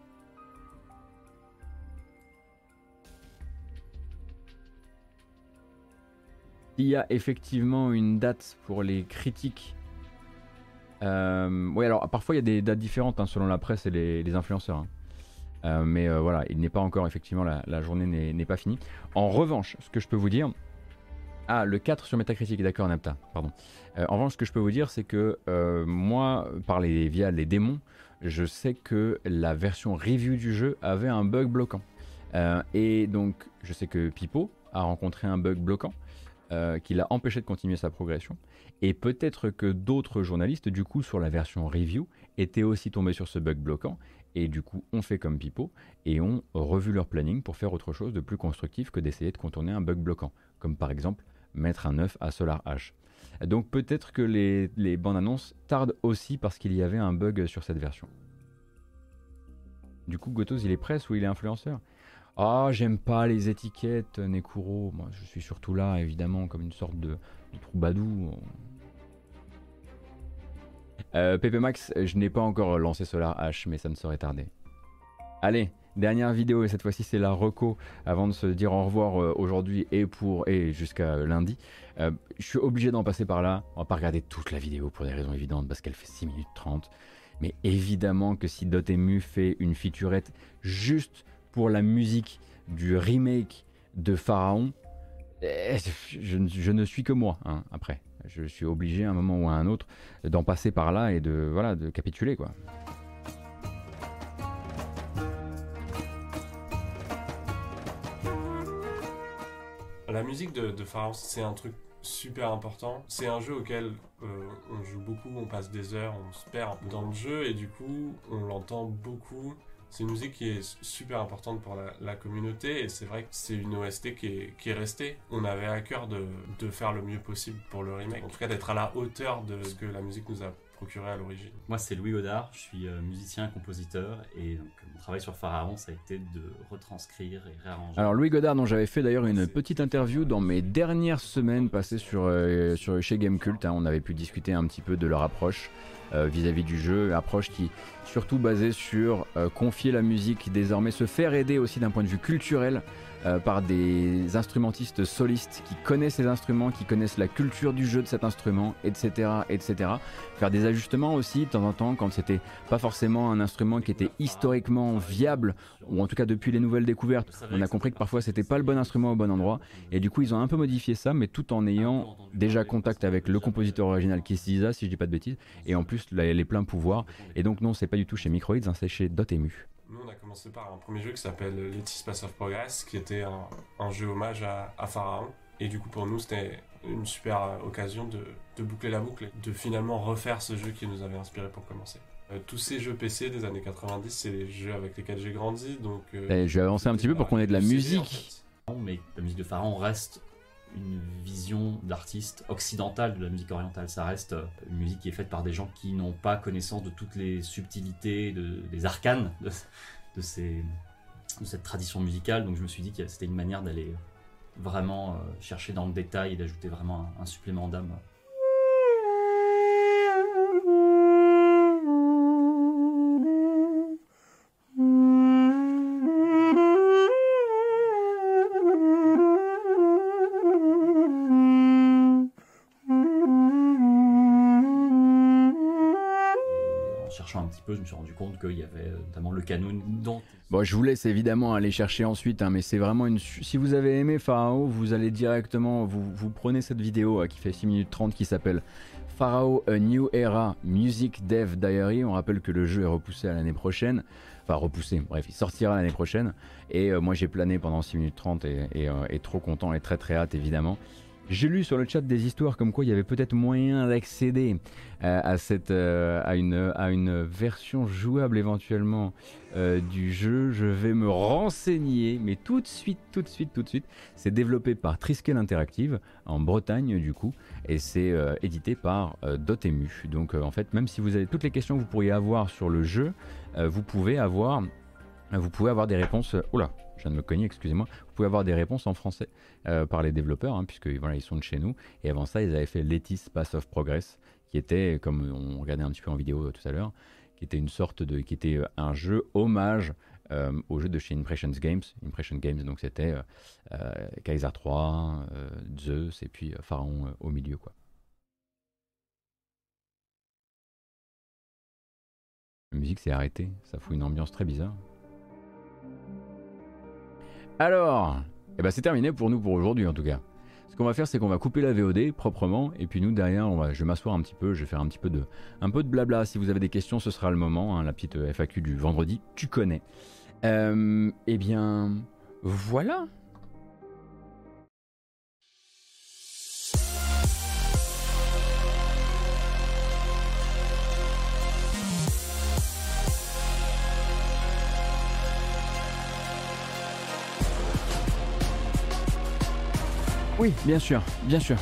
Il y a effectivement une date pour les critiques. Euh, oui, alors parfois il y a des dates différentes hein, selon la presse et les, les influenceurs. Hein. Euh, mais euh, voilà, il n'est pas encore, effectivement, la, la journée n'est, n'est pas finie. En revanche, ce que je peux vous dire... Ah, le quatre sur Metacritic, d'accord, Napta, pardon. Euh, en revanche, ce que je peux vous dire, c'est que euh, moi, par les, via les démons, je sais que la version review du jeu avait un bug bloquant. Euh, et donc, je sais que Pipo a rencontré un bug bloquant. Euh, qui l'a empêché de continuer sa progression, et peut-être que d'autres journalistes, du coup, sur la version review, étaient aussi tombés sur ce bug bloquant, et du coup, ont fait comme Pipo, et ont revu leur planning pour faire autre chose de plus constructif que d'essayer de contourner un bug bloquant, comme par exemple mettre un œuf à Solar H. Donc peut-être que les, les bandes annonces tardent aussi parce qu'il y avait un bug sur cette version. Du coup, Gotos, il est presse ou il est influenceur ? Ah, j'aime pas les étiquettes, Nekuro. Moi, je suis surtout là, évidemment, comme une sorte de, de troubadour. Euh, P P Max, je n'ai pas encore lancé Solar H, mais ça ne saurait tarder. Allez, dernière vidéo, et cette fois-ci, c'est la reco, avant de se dire au revoir euh, aujourd'hui et, pour, et jusqu'à lundi. Euh, je suis obligé d'en passer par là. On va pas regarder toute la vidéo pour des raisons évidentes, parce qu'elle fait six minutes trente. Mais évidemment que si Dotemu fait une featurette juste pour la musique du remake de Pharaon, je, je ne suis que moi, hein, après. Je suis obligé à un moment ou à un autre d'en passer par là et de, voilà, de capituler, quoi. La musique de, de Pharaon, c'est un truc super important. C'est un jeu auquel euh, on joue beaucoup, on passe des heures, on se perd dans le jeu et du coup, on l'entend beaucoup. C'est une musique qui est super importante pour la, la communauté et c'est vrai que c'est une O S T qui est, qui est restée. On avait à cœur de, de faire le mieux possible pour le remake. En tout cas, d'être à la hauteur de ce que la musique nous a procuré à l'origine. Moi, c'est Louis Godard, je suis euh, musicien, compositeur et donc mon travail sur Pharaon, ça a été de retranscrire et réarranger. Alors Louis Godard, dont j'avais fait d'ailleurs une petite interview dans mes dernières semaines passées sur, euh, sur, chez Gamecult, hein, on avait pu discuter un petit peu de leur approche euh, vis-à-vis du jeu, approche qui surtout basée sur euh, confier la musique, désormais se faire aider aussi d'un point de vue culturel euh, par des instrumentistes solistes qui connaissent les instruments, qui connaissent la culture du jeu de cet instrument, et cetera, et cetera. Faire des ajustements aussi de temps en temps quand c'était pas forcément un instrument qui était historiquement viable, ou en tout cas depuis les nouvelles découvertes, on a compris que parfois c'était pas le bon instrument au bon endroit, et du coup ils ont un peu modifié ça, mais tout en ayant déjà contact avec le compositeur original Keith Ziza, si je dis pas de bêtises, et en plus plus les, les pleins pouvoirs. Et donc non, c'est pas du tout chez Microids, hein, c'est chez Dotemu. Nous, on a commencé par un premier jeu qui s'appelle Letty's Path of Progress, qui était un, un jeu hommage à, à Pharaon. Et du coup, pour nous, c'était une super occasion de, de boucler la boucle, de finalement refaire ce jeu qui nous avait inspiré pour commencer. Euh, tous ces jeux P C des années quatre-vingt-dix, c'est les jeux avec lesquels j'ai grandi, donc... Euh, je vais avancer un petit peu pour qu'on ait de la musique. En fait. Mais la musique de Pharaon reste une vision d'artiste occidentale de la musique orientale. Ça reste une musique qui est faite par des gens qui n'ont pas connaissance de toutes les subtilités, de, des arcanes de, de, ces, de cette tradition musicale. Donc je me suis dit que c'était une manière d'aller vraiment euh, chercher dans le détail et d'ajouter vraiment un, un supplément d'âme. Un petit peu, je me suis rendu compte qu'il y avait notamment le canon dans... Bon, je vous laisse évidemment aller chercher ensuite, hein, mais c'est vraiment une... Si vous avez aimé Pharaon, vous allez directement, vous, vous prenez cette vidéo hein, qui fait six minutes trente qui s'appelle Pharaon A New Era Music Dev Diary. On rappelle que le jeu est repoussé à l'année prochaine, enfin repoussé, bref, il sortira l'année prochaine. Et euh, moi j'ai plané pendant six minutes trente et, et, euh, et trop content et très très hâte évidemment. J'ai lu sur le chat des histoires comme quoi il y avait peut-être moyen d'accéder euh, à, cette, euh, à, une, à une version jouable éventuellement euh, du jeu. Je vais me renseigner, mais tout de suite, tout de suite, tout de suite. C'est développé par Triskel Interactive en Bretagne du coup, et c'est euh, édité par euh, Dotemu. Donc euh, en fait, même si vous avez toutes les questions que vous pourriez avoir sur le jeu, euh, vous pouvez avoir, vous pouvez avoir des réponses. Oula. Je viens de me cogner, excusez-moi. Vous pouvez avoir des réponses en français euh, par les développeurs, hein, puisque voilà, ils sont de chez nous. Et avant ça, ils avaient fait Letty's Path of Progress, qui était, comme on regardait un petit peu en vidéo euh, tout à l'heure, qui était une sorte de, qui était un jeu hommage euh, au jeu de chez Impressions Games. Impression Games, donc c'était euh, euh, Kaiser trois, euh, Zeus et puis euh, Pharaon euh, au milieu, quoi. La musique s'est arrêtée, ça fout une ambiance très bizarre. Alors, eh ben c'est terminé pour nous pour aujourd'hui en tout cas. Ce qu'on va faire, c'est qu'on va couper la V O D proprement, et puis nous derrière, on va, je vais m'asseoir un petit peu, je vais faire un petit peu de, un peu de blabla. Si vous avez des questions, ce sera le moment, hein, la petite F A Q du vendredi, tu connais. Euh, eh bien, voilà. Oui, bien sûr, bien sûr.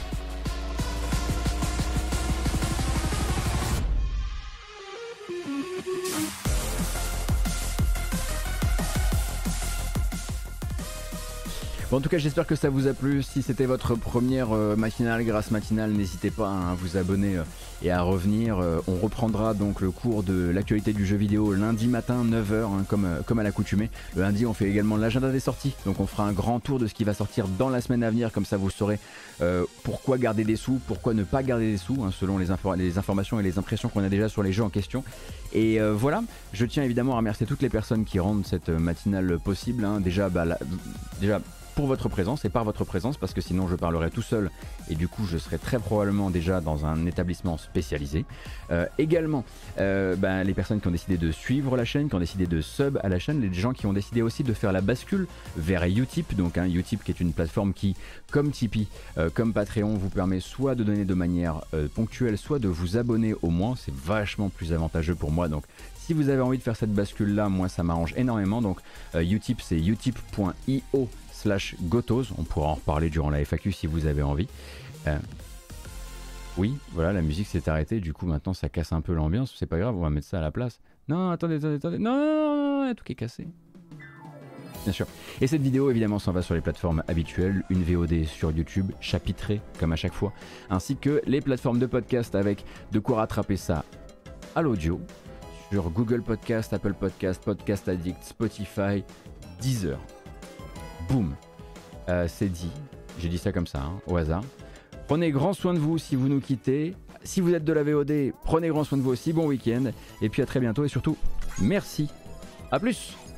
Bon, en tout cas, j'espère que ça vous a plu. Si c'était votre première euh, matinale, grâce matinale, n'hésitez pas hein, à vous abonner euh, et à revenir. Euh, on reprendra donc le cours de l'actualité du jeu vidéo lundi matin, neuf heures, hein, comme, euh, comme à l'accoutumée. Le lundi, on fait également l'agenda des sorties. Donc, on fera un grand tour de ce qui va sortir dans la semaine à venir. Comme ça, vous saurez euh, pourquoi garder des sous, pourquoi ne pas garder des sous, hein, selon les, infor les informations et les impressions qu'on a déjà sur les jeux en question. Et euh, voilà, je tiens évidemment à remercier toutes les personnes qui rendent cette matinale possible. Hein. Déjà, bah, la, déjà pour votre présence et par votre présence, parce que sinon je parlerai tout seul et du coup je serai très probablement déjà dans un établissement spécialisé. Euh, également euh, ben, les personnes qui ont décidé de suivre la chaîne, qui ont décidé de sub à la chaîne, les gens qui ont décidé aussi de faire la bascule vers Utip, donc hein, Utip qui est une plateforme qui, comme Tipeee, euh, comme Patreon, vous permet soit de donner de manière euh, ponctuelle, soit de vous abonner au moins. C'est vachement plus avantageux pour moi, donc si vous avez envie de faire cette bascule là, moi ça m'arrange énormément. Donc euh, Utip, c'est utip point i o slash gotos, on pourra en reparler durant la F A Q si vous avez envie. Euh, oui, voilà, la musique s'est arrêtée, du coup maintenant ça casse un peu l'ambiance, c'est pas grave, on va mettre ça à la place. Non, attendez, attendez, attendez, non, non, non, non, tout qui est cassé. Bien sûr. Et cette vidéo évidemment s'en va sur les plateformes habituelles, une V O D sur YouTube, chapitrée comme à chaque fois, ainsi que les plateformes de podcast avec de quoi rattraper ça à l'audio, sur Google Podcast, Apple Podcast, Podcast Addict, Spotify, Deezer. Boum, euh, c'est dit, j'ai dit ça comme ça, hein, au hasard. Prenez grand soin de vous si vous nous quittez. Si vous êtes de la V O D, prenez grand soin de vous aussi, bon week-end. Et puis à très bientôt et surtout, merci. À plus.